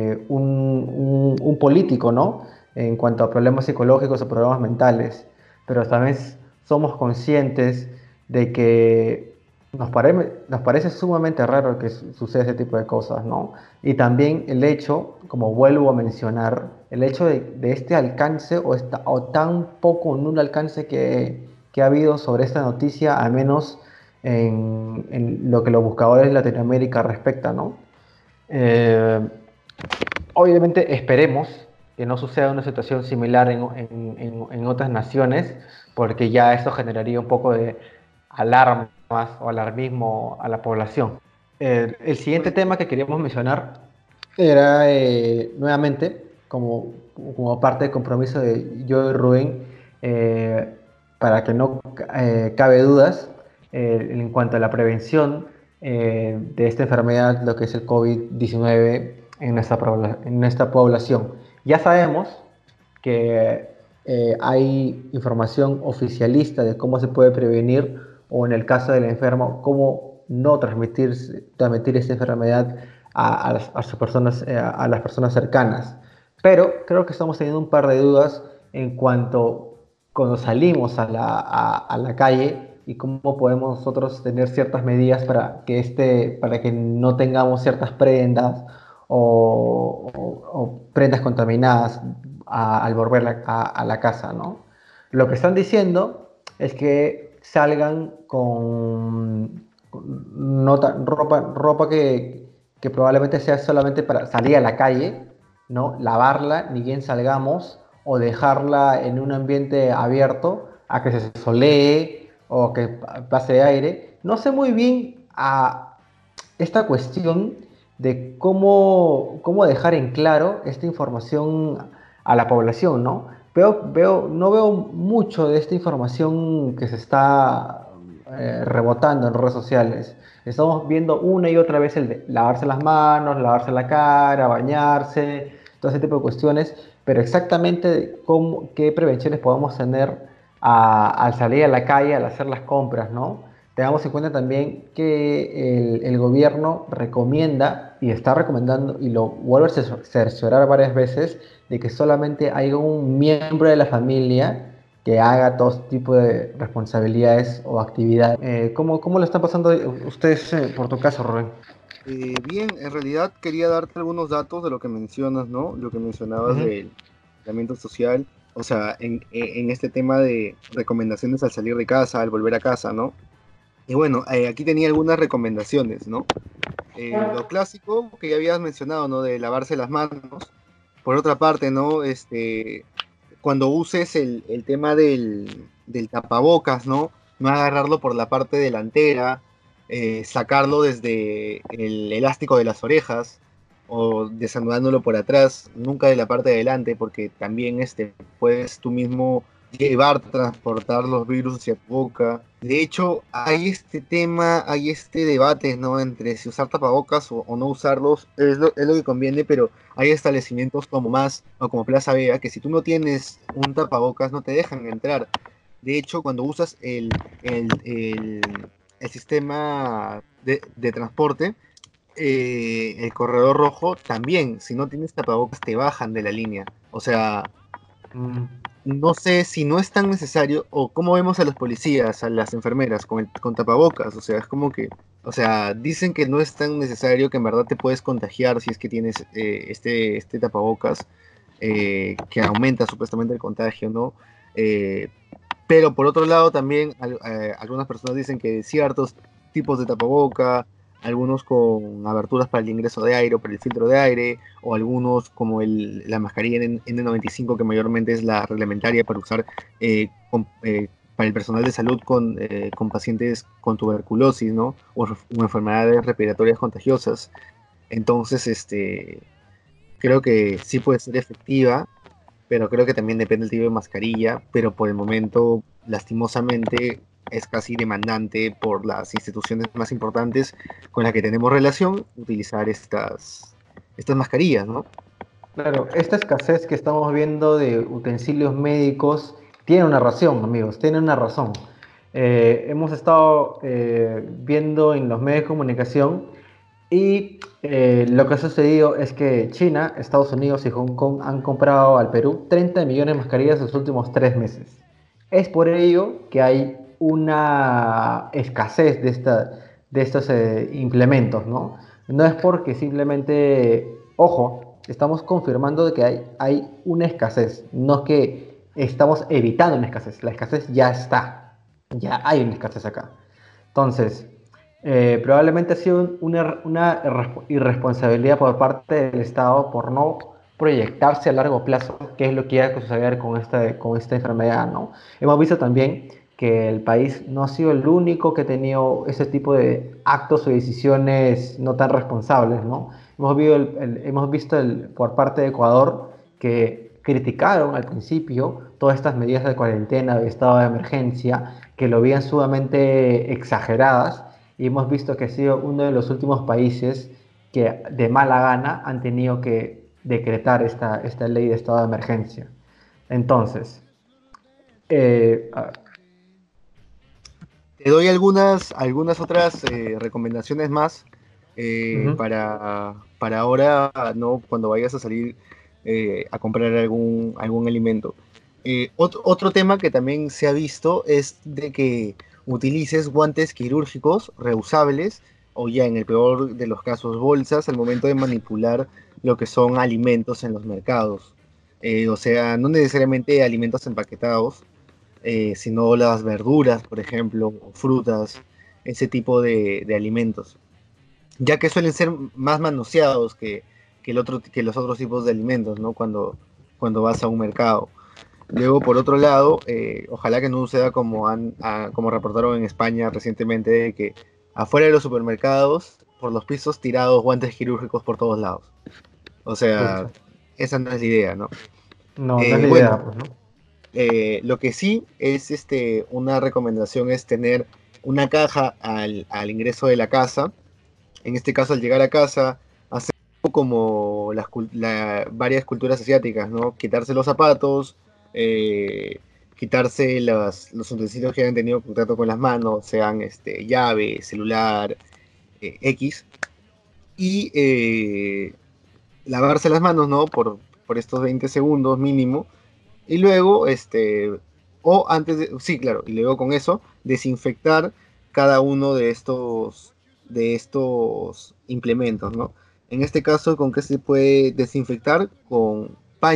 S4: un político, ¿no? En cuanto a problemas psicológicos o problemas mentales, pero también somos conscientes de que nos parece sumamente raro que suceda ese tipo de cosas, ¿no? Y también el hecho, como vuelvo a mencionar, el hecho de este alcance o tan poco nulo alcance que ha habido sobre esta noticia, al menos en lo que los buscadores de Latinoamérica respecta, ¿no? Eh, Obviamente esperemos que no suceda una situación similar en otras naciones, porque ya eso generaría un poco de alarmas o alarmismo a la población. El siguiente tema que queríamos mencionar era nuevamente, como parte del compromiso de yo y Rubén, eh, para que no cabe dudas en cuanto a la prevención de esta enfermedad, lo que es el COVID-19 en nuestra población. Ya sabemos que hay información oficialista de cómo se puede prevenir o en el caso del enfermo, cómo no transmitir esta enfermedad a las personas cercanas. Pero creo que estamos teniendo un par de dudas en cuanto cuando salimos a la calle y cómo podemos nosotros tener ciertas medidas para que no tengamos ciertas prendas o prendas contaminadas al volver a la casa, ¿no? Lo que están diciendo es que salgan con ropa que probablemente sea solamente para salir a la calle, ¿no? Lavarla, ni bien salgamos, o dejarla en un ambiente abierto a que se solee o que pase aire. No sé muy bien a esta cuestión de cómo dejar en claro esta información a la población, ¿no? No veo mucho de esta información que se está rebotando en redes sociales. Estamos viendo una y otra vez el de lavarse las manos, lavarse la cara, bañarse, todo ese tipo de cuestiones, pero exactamente qué prevenciones podemos tener al salir a la calle, al hacer las compras, ¿no? Tengamos en cuenta también que el gobierno recomienda y está recomendando, y lo vuelve a cerciorar varias veces, de que solamente haya un miembro de la familia que haga todo tipo de responsabilidades o actividades. ¿Cómo lo están pasando ustedes por tu caso, Rubén?
S3: Bien, en realidad quería darte algunos datos de lo que mencionas, ¿no? Lo que mencionabas del aislamiento social, o sea, en este tema de recomendaciones al salir de casa, al volver a casa, ¿no? Y bueno, aquí tenía algunas recomendaciones, ¿no? Lo clásico que ya habías mencionado, ¿no? De lavarse las manos. Por otra parte, ¿no? Cuando uses el tema del tapabocas, ¿no? No agarrarlo por la parte delantera, sacarlo desde el elástico de las orejas o desanudándolo por atrás, nunca de la parte de adelante, porque también puedes tú mismo llevar, transportar los virus hacia tu boca. De hecho, hay este tema, hay este debate, ¿no? Entre si usar tapabocas o no usarlos, es lo que conviene, pero hay establecimientos como más, o como Plaza Vea, que si tú no tienes un tapabocas no te dejan entrar. De hecho, cuando usas el, el- el sistema de transporte, el corredor rojo también, si no tienes tapabocas, te bajan de la línea. O sea,
S4: Mm,
S3: no sé si no es tan necesario o cómo vemos a los policías, a las enfermeras con tapabocas. O sea, es como que, o sea, dicen que no es tan necesario, que en verdad te puedes contagiar si es que tienes este tapabocas, que aumenta supuestamente el contagio, ¿no? Eh, pero por otro lado también algunas personas dicen que ciertos tipos de tapaboca, algunos con aberturas para el ingreso de aire o para el filtro de aire, o algunos como la mascarilla N95, que mayormente es la reglamentaria para usar para el personal de salud con pacientes con tuberculosis, ¿no? O enfermedades respiratorias contagiosas. Entonces, creo que sí puede ser efectiva, pero creo que también depende del tipo de mascarilla, pero por el momento, lastimosamente, es casi demandante por las instituciones más importantes con las que tenemos relación utilizar estas mascarillas, ¿no?
S4: claro, esta escasez que estamos viendo de utensilios médicos tiene una razón, amigos, tiene una razón. Hemos estado viendo en los medios de comunicación y lo que ha sucedido es que China, Estados Unidos y Hong Kong han comprado al Perú 30 millones de mascarillas en los últimos 3 meses. Es por ello que hay una escasez de estos implementos, ¿no? No es porque simplemente, ojo, estamos confirmando de que hay una escasez, no es que estamos evitando una escasez, la escasez ya está, ya hay una escasez acá. Entonces, probablemente ha sido una irresponsabilidad por parte del Estado por no proyectarse a largo plazo qué es lo que iba a suceder con esta enfermedad, ¿no? Hemos visto también que el país no ha sido el único que ha tenido ese tipo de actos o decisiones no tan responsables, ¿no? Hemos visto por parte de Ecuador que criticaron al principio todas estas medidas de cuarentena, de estado de emergencia, que lo veían sumamente exageradas, y hemos visto que ha sido uno de los últimos países que de mala gana han tenido que decretar esta ley de estado de emergencia. Entonces, a
S3: Te doy algunas otras recomendaciones más
S4: ujú,
S3: para ahora, ¿no? Cuando vayas a salir a comprar algún alimento. Otro tema que también se ha visto es de que utilices guantes quirúrgicos reusables o ya en el peor de los casos bolsas al momento de manipular lo que son alimentos en los mercados. O sea, no necesariamente alimentos empaquetados, sino las verduras, por ejemplo, o frutas, ese tipo de alimentos, ya que suelen ser más manoseados que los otros tipos de alimentos, ¿no? Cuando vas a un mercado. Luego, por otro lado, ojalá que no suceda como reportaron en España recientemente, de que afuera de los supermercados, por los pisos, tirados guantes quirúrgicos por todos lados. O sea,
S4: pucha.
S3: esa no es la idea, ¿no?
S4: No, no es la
S3: Bueno,
S4: idea, pues, ¿no?
S3: lo que sí es una recomendación es tener una caja al ingreso de la casa. En este caso, al llegar a casa, hacer como varias culturas asiáticas, ¿no? Quitarse los zapatos, eh, quitarse los utensilios que hayan tenido contacto con las manos, sean llave, celular, X, y lavarse las manos, ¿no? Por estos 20 segundos mínimo y luego, sí, claro, y luego con eso, desinfectar cada uno de estos implementos, ¿no? En este caso, ¿con qué se puede desinfectar? Con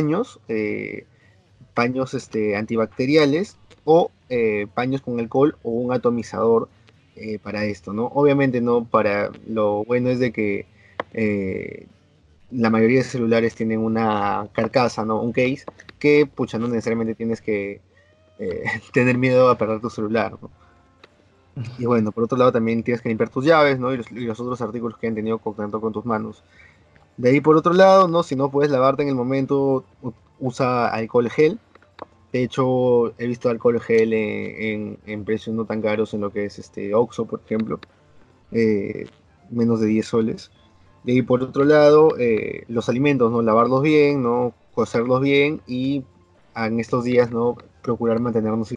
S3: paños antibacteriales o paños con alcohol o un atomizador para esto, ¿no? Obviamente, ¿no? Para lo bueno es de que eh, la mayoría de celulares tienen una carcasa, ¿no? Un case que, pucha, no necesariamente tienes que tener miedo a perder tu celular, ¿no? Y bueno, por otro lado también tienes que limpiar tus llaves, ¿no? Y los otros artículos que han tenido contacto con tus manos. De ahí por otro lado, ¿no? Si no puedes lavarte en el momento, usa alcohol gel,
S2: De hecho, he visto alcohol gel en precios no tan caros en lo que es Oxxo, por ejemplo, eh, menos de 10 soles. Y ahí por otro lado, los alimentos, ¿no? Lavarlos bien, ¿no? Cocerlos bien y en estos días, ¿no? Procurar mantenernos.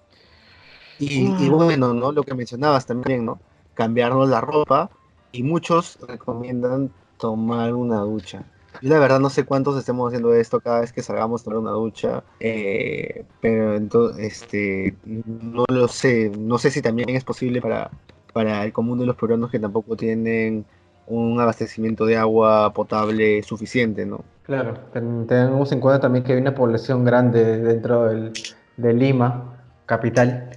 S2: Y bueno, ¿no? Lo que mencionabas también, ¿no? Cambiarnos la ropa y muchos recomiendan tomar una ducha. Yo la verdad no sé cuántos estemos haciendo esto cada vez que salgamos a tomar una ducha, pero entonces, no lo sé. No sé si también es posible para el común de los peruanos que tampoco tienen un abastecimiento de agua potable suficiente, ¿no?
S4: Claro, tenemos en cuenta también que hay una población grande dentro de Lima, capital,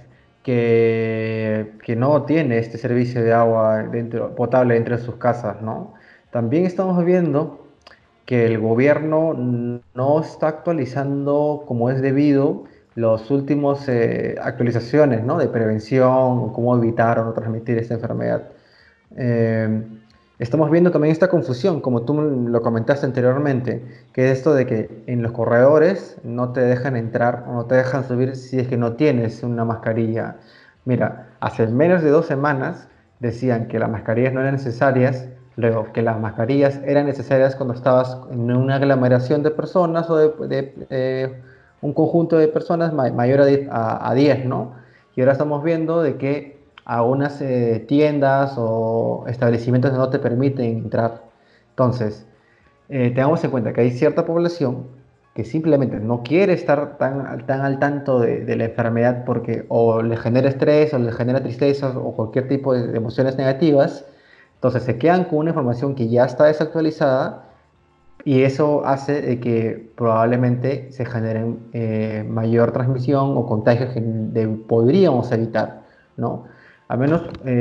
S4: que no tiene este servicio de agua potable dentro de sus casas, ¿no? También estamos viendo que el gobierno no está actualizando como es debido los últimos actualizaciones, ¿no? De prevención, cómo evitar o no transmitir esta enfermedad. Eh, Estamos viendo también esta confusión, como tú lo comentaste anteriormente, que es esto de que en los corredores no te dejan entrar o no te dejan subir si es que no tienes una mascarilla. Mira, hace menos de 2 semanas decían que las mascarillas no eran necesarias, luego que las mascarillas eran necesarias cuando estabas en una aglomeración de personas o de un conjunto de personas mayor a 10, ¿no? Y ahora estamos viendo de que algunas tiendas o establecimientos no te permiten entrar. Entonces, tengamos en cuenta que hay cierta población que simplemente no quiere estar tan al tanto de la enfermedad porque o le genera estrés o le genera tristeza o cualquier tipo de emociones negativas. Entonces se quedan con una información que ya está desactualizada y eso hace de que probablemente se generen mayor transmisión o contagios que podríamos evitar, ¿no? Al menos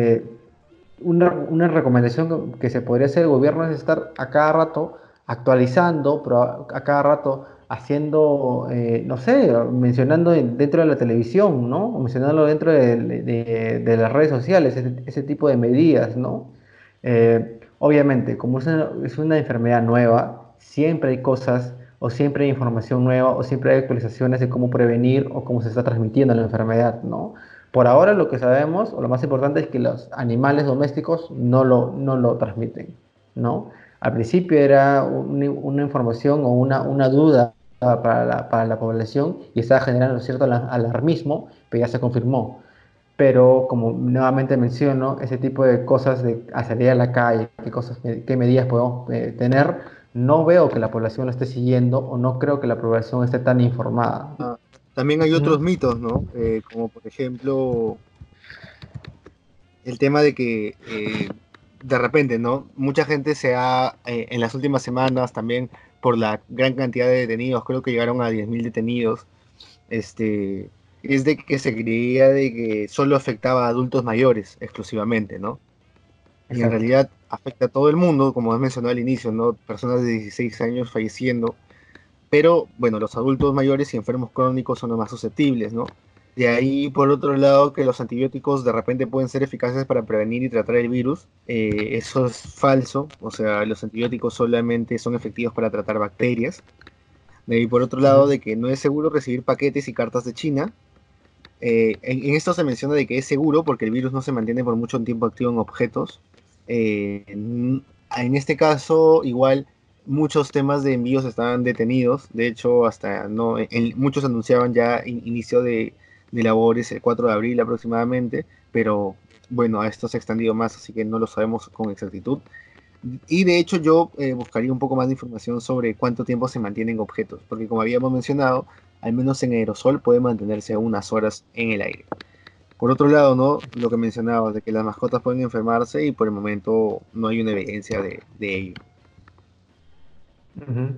S4: una recomendación que se podría hacer el gobierno es estar a cada rato actualizando, pero a cada rato haciendo, no sé, mencionando dentro de la televisión, ¿no? O mencionando dentro de las redes sociales, ese tipo de medidas, ¿no? Obviamente, como es una enfermedad nueva, siempre hay cosas o siempre hay información nueva o siempre hay actualizaciones de cómo prevenir o cómo se está transmitiendo la enfermedad, ¿no? Por ahora lo que sabemos, o lo más importante, es que los animales domésticos no lo transmiten, ¿no? Al principio era una información o una duda para la población y estaba generando cierto alarmismo, pero ya se confirmó. Pero como nuevamente menciono, ese tipo de cosas de salir a la calle, qué medidas podemos tener, no veo que la población lo esté siguiendo o no creo que la población esté tan informada.
S2: Ah, también hay
S4: Ujú.
S2: otros mitos, ¿no? Como por ejemplo el tema de que de repente, ¿no? Mucha gente en las últimas semanas también por la gran cantidad de detenidos, creo que llegaron a 10.000 detenidos, este, es de que se creía de que solo afectaba a adultos mayores exclusivamente, ¿no? Y en
S4: Exacto.
S2: realidad afecta a todo el mundo, como has mencionado al inicio, ¿no? Personas de 16 años falleciendo, pero bueno, los adultos mayores y enfermos crónicos son los más susceptibles, ¿no? De ahí, por otro lado, que los antibióticos de repente pueden ser eficaces para prevenir y tratar el virus. Eso es falso, o sea, los antibióticos solamente son efectivos para tratar bacterias. De ahí, por otro lado,
S4: Ujú.
S2: de que no es seguro recibir paquetes y cartas de China. En esto se menciona de que es seguro porque el virus no se mantiene por mucho tiempo activo en objetos. En este caso, igual, muchos temas de envíos estaban detenidos. De hecho, hasta no, muchos anunciaban ya inicio de labores el 4 de abril aproximadamente, pero bueno, a esto se ha extendido más, así que no lo sabemos con exactitud. Y de hecho yo buscaría un poco más de información sobre cuánto tiempo se mantienen objetos, porque como habíamos mencionado, al menos en aerosol puede mantenerse unas horas en el aire. Por otro lado, ¿no? Lo que mencionabas, de que las mascotas pueden enfermarse y por el momento no hay una evidencia de ello.
S4: Ujú.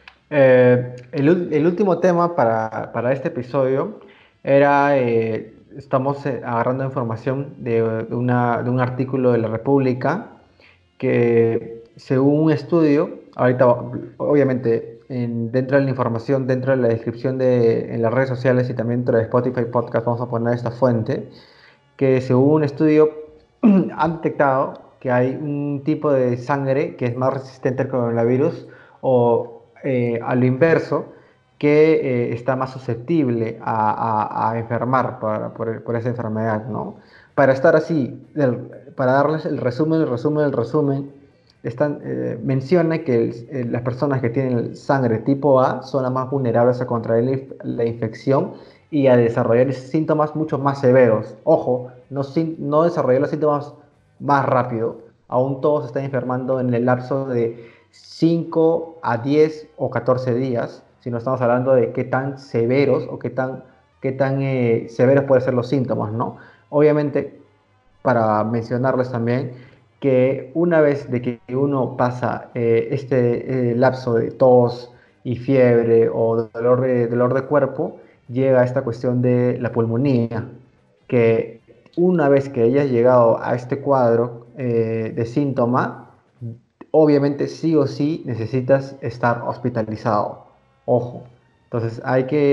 S4: El último tema para este episodio era, estamos agarrando información de un artículo de La República que según un estudio, ahorita obviamente dentro de la información, dentro de la descripción en las redes sociales y también dentro de Spotify Podcast vamos a poner esta fuente, que según un estudio han detectado que hay un tipo de sangre que es más resistente al coronavirus o a lo inverso, que está más susceptible a enfermar por esa enfermedad, ¿no? Para estar así, para darles el resumen, menciona que las personas que tienen sangre tipo A son las más vulnerables a contraer la infección y a desarrollar síntomas mucho más severos. Ojo, no desarrollar los síntomas más rápido. Aún todos se están enfermando en el lapso de 5 a 10 o 14 días, si no estamos hablando de qué tan severos o qué tan severos pueden ser los síntomas, ¿no? Obviamente, para mencionarles también que una vez de que uno pasa este lapso de tos y fiebre o dolor de cuerpo, llega esta cuestión de la pulmonía, que una vez que hayas llegado a este cuadro de síntoma, obviamente sí o sí necesitas estar hospitalizado. Ojo. Entonces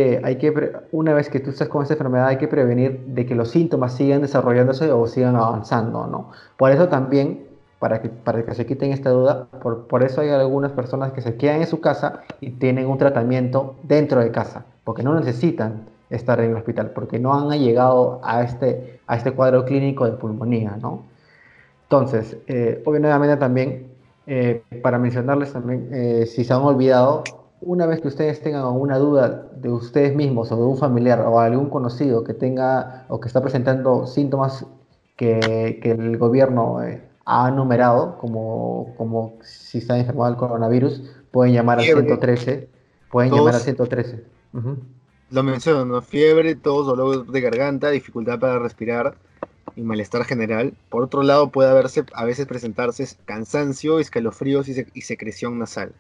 S4: una vez que tú estás con esta enfermedad, hay que prevenir de que los síntomas sigan desarrollándose o sigan avanzando, ¿no? Por eso también, para que se quiten esta duda, por eso hay algunas personas que se quedan en su casa y tienen un tratamiento dentro de casa, porque no necesitan estar en el hospital, porque no han llegado a este cuadro clínico de pulmonía, ¿no? Entonces, obviamente también, para mencionarles también, si se han olvidado, una vez que ustedes tengan alguna duda de ustedes mismos o de un familiar o algún conocido que tenga o que está presentando síntomas que el gobierno ha numerado, como si está enfermado del coronavirus, pueden llamar al
S2: Fiebre,
S4: 113, pueden llamar al
S2: tos,
S4: 113. Ujú.
S2: lo menciono, ¿no? Fiebre, tos, dolor de garganta, dificultad para respirar y malestar general. Por otro lado, puede a veces presentarse cansancio, escalofríos y secreción nasal.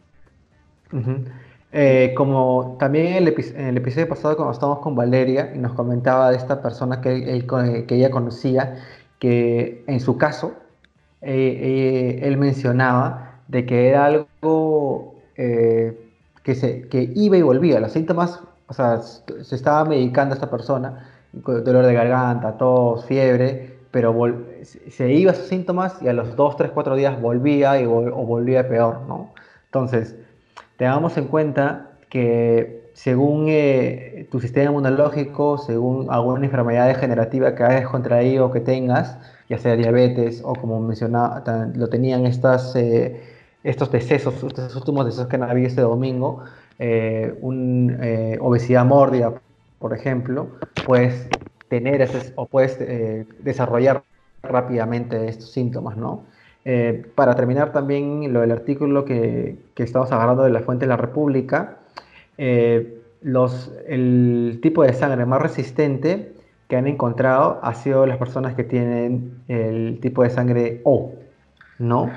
S4: Ujú. Como también en el episodio pasado, cuando estábamos con Valeria y nos comentaba de esta persona que ella conocía, que en su caso, él mencionaba de que era algo que iba y volvía. Los síntomas, o sea, se estaba medicando a esta persona, con dolor de garganta, tos, fiebre, pero se iba a sus síntomas y a los 2, 3, 4 días volvía o volvía peor, ¿no? Entonces, tengamos en cuenta que según tu sistema inmunológico, según alguna enfermedad degenerativa que hayas contraído o que tengas, ya sea diabetes o como mencionaba, lo tenían estos decesos, estos últimos decesos que han habido este domingo, obesidad mórbida, por ejemplo, puedes o puedes desarrollar rápidamente estos síntomas, ¿no? Para terminar también lo del artículo que estamos agarrando de la fuente de la República, el tipo de sangre más resistente que han encontrado ha sido las personas que tienen el tipo de sangre O, ¿no?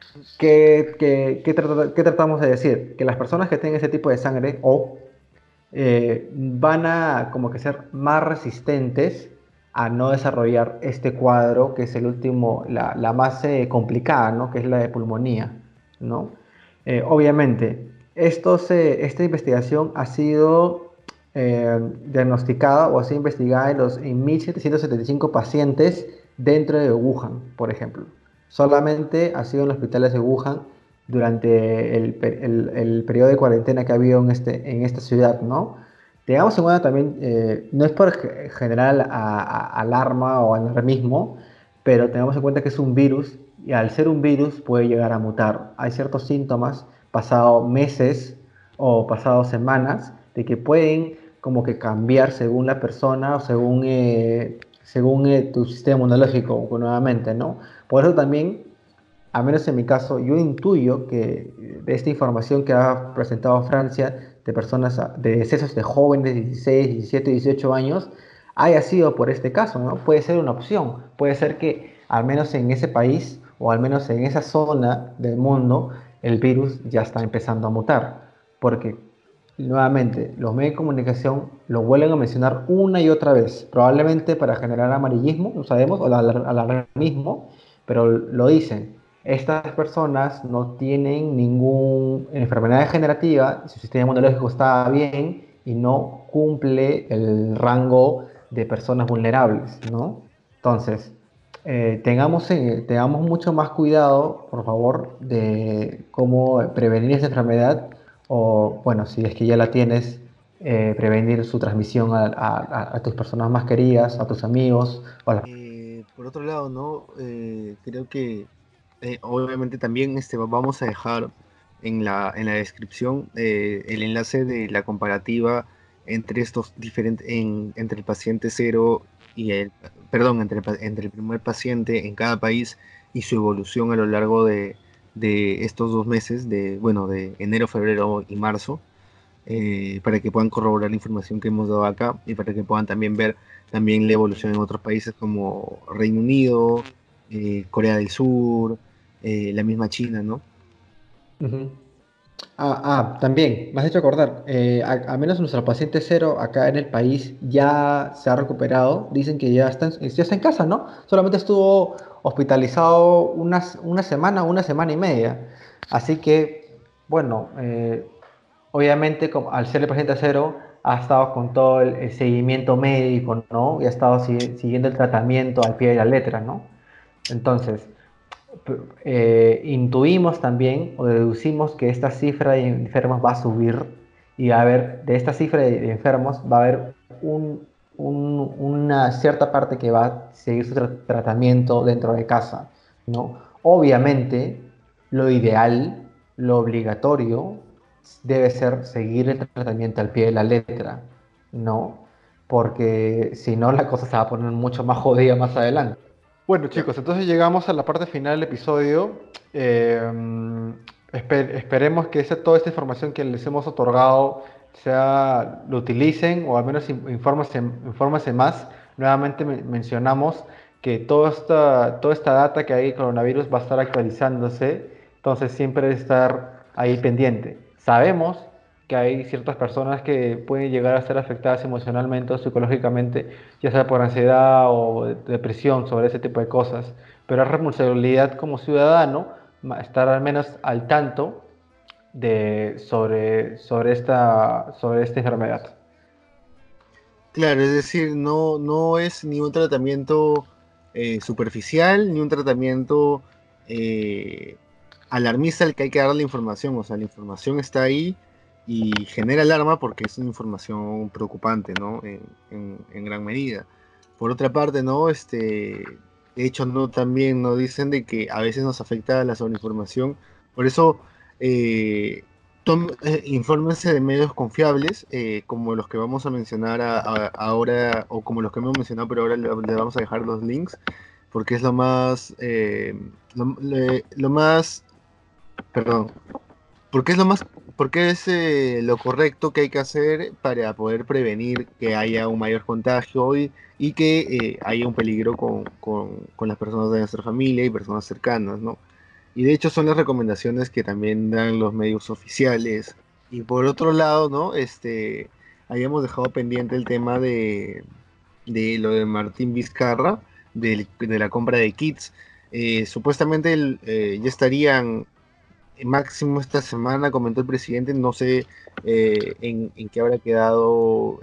S4: ¿Qué tratamos de decir? Que las personas que tienen ese tipo de sangre O van a como que ser más resistentes a no desarrollar este cuadro que es el último, la más complicada, ¿no? Que es la de pulmonía, ¿no? Obviamente, esta investigación ha sido diagnosticada o ha sido investigada en 1.775 pacientes dentro de Wuhan, por ejemplo. Solamente ha sido en los hospitales de Wuhan durante el periodo de cuarentena que ha habido en esta ciudad, ¿no? Tengamos en cuenta también, no es por generar alarma o alarmismo, pero tengamos en cuenta que es un virus y al ser un virus puede llegar a mutar. Hay ciertos síntomas pasados meses o pasados semanas de que pueden como que cambiar según la persona o según tu sistema inmunológico nuevamente, ¿no? Por eso también, al menos en mi caso, yo intuyo que de esta información que ha presentado Francia de personas, de decesos de jóvenes de 16, 17, 18 años, haya sido por este caso, ¿no? Puede ser una opción, puede ser que al menos en ese país o al menos en esa zona del mundo el virus ya está empezando a mutar, porque nuevamente los medios de comunicación lo vuelven a mencionar una y otra vez, probablemente para generar amarillismo, no sabemos, o alarmismo, pero lo dicen. Estas personas no tienen ninguna enfermedad degenerativa, su sistema inmunológico está bien y no cumple el rango de personas vulnerables, ¿no? Entonces, tengamos mucho más cuidado, por favor, de cómo prevenir esta enfermedad. o bueno, si es que ya la tienes, prevenir su transmisión a tus personas más queridas, a tus amigos o a las...
S2: Por otro lado, ¿no? Creo que obviamente también vamos a dejar en la descripción el enlace de la comparativa entre estos diferentes, entre el paciente cero y perdón, entre el primer paciente en cada país y su evolución a lo largo de estos 2 meses, bueno, de enero, febrero y marzo, para que puedan corroborar la información que hemos dado acá y para que puedan también ver también la evolución en otros países como Reino Unido, Corea del Sur, la misma China, ¿no?
S4: Ujú. También, me has hecho acordar, al menos nuestro paciente cero acá en el país ya se ha recuperado, dicen que ya está en casa, ¿no? Solamente estuvo hospitalizado una semana y media. Así que, bueno, obviamente al ser el paciente cero ha estado con todo el seguimiento médico, ¿no? Y ha estado siguiendo el tratamiento al pie de la letra, ¿no? Entonces, intuimos también o deducimos que esta cifra de enfermos va a subir y va a haber, de esta cifra de enfermos, va a haber una cierta parte que va a seguir su tratamiento dentro de casa, ¿no? Obviamente, lo ideal, lo obligatorio, debe ser seguir el tratamiento al pie de la letra, ¿no? Porque si no, la cosa se va a poner mucho más jodida más adelante. Bueno,
S1: Ya.
S4: chicos, entonces llegamos a la parte final del episodio. Eh, esperemos que toda esta información que les hemos otorgado lo utilicen o al menos infórmense más. Nuevamente mencionamos que toda esta data que hay de coronavirus va a estar actualizándose, entonces siempre estar ahí pendiente. Sabemos que hay ciertas personas que pueden llegar a ser afectadas emocionalmente o psicológicamente, ya sea por ansiedad o depresión sobre ese tipo de cosas, pero es responsabilidad como ciudadano estar al menos al tanto sobre esta enfermedad.
S2: Claro, es decir, no es ni un tratamiento superficial, ni un tratamiento eh, alarmista al que hay que darle la información. O sea, la información está ahí y genera alarma porque es una información preocupante, ¿no? En gran medida. Por otra parte, ¿no? De hecho, no también nos dicen de que a veces nos afecta la sobreinformación. Por eso, eh, infórmense de medios confiables, como los que vamos a mencionar ahora, o como los que hemos mencionado, pero ahora le vamos a dejar los links, porque es lo más, lo más, perdón, porque es lo más, porque es lo correcto que hay que hacer para poder prevenir que haya un mayor contagio y que haya un peligro con las personas de nuestra familia y personas cercanas, ¿no? Y de hecho son las recomendaciones que también dan los medios oficiales. Y por otro lado, ¿no? Habíamos dejado pendiente el tema de lo de Martín Vizcarra, de la compra de kits. Supuestamente ya estarían máximo esta semana, comentó el presidente, no sé en qué habrá quedado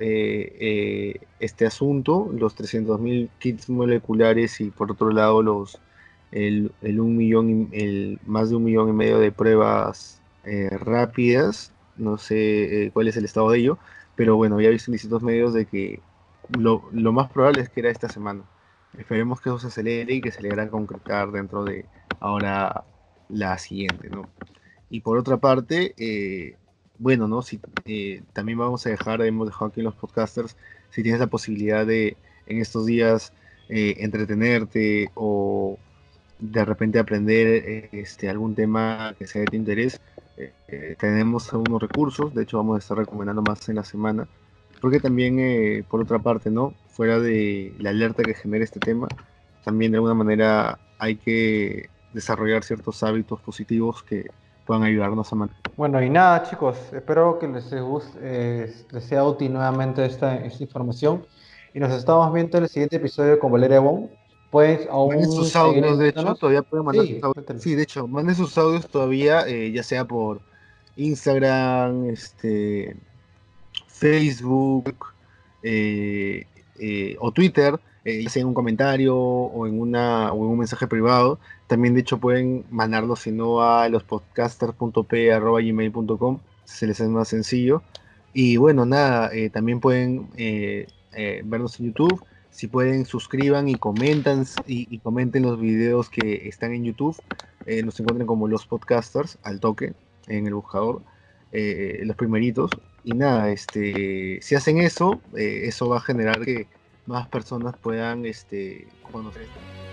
S2: este asunto, los 300.000 kits moleculares y por otro lado el 1 millón, más de 1,5 millones de pruebas rápidas, no sé cuál es el estado de ello, pero bueno, había visto en distintos medios de que lo más probable es que era esta semana. Esperemos que eso se acelere y que se le a concretar dentro de ahora la siguiente, ¿no? Y por otra parte, bueno, ¿no? Si, también hemos dejado aquí en los podcasters, si tienes la posibilidad de en estos días entretenerte o de repente aprender algún tema que sea de tu interés, tenemos algunos recursos, de hecho vamos a estar recomendando más en la semana, porque también, por otra parte, ¿no? Fuera de la alerta que genera este tema, también de alguna manera hay que desarrollar ciertos hábitos positivos que puedan ayudarnos a mantener.
S4: Bueno, y nada, chicos, espero que les sea útil nuevamente esta información. Y nos estamos viendo en el siguiente episodio con Valeria Wong. Puedes
S2: Manden
S4: aún
S2: sus
S4: seguir
S2: audios, de hecho,
S4: enviándonos.
S2: todavía pueden mandar sus
S4: Sí,
S2: audios.
S4: cuéntale.
S2: Sí, de hecho, manden sus audios todavía, ya sea por Instagram, Facebook eh, o Twitter, ya sea en un comentario o en un mensaje privado. También, de hecho, pueden mandarlo, si no, a lospodcaster.p@gmail.com se les hace más sencillo. Y bueno, nada, también pueden vernos en YouTube. Si pueden, suscriban y comentan y comenten los videos que están en YouTube. Nos encuentran como los podcasters al toque en el buscador, los primeritos. Y nada, si hacen eso, eso va a generar que más personas puedan conocer esto.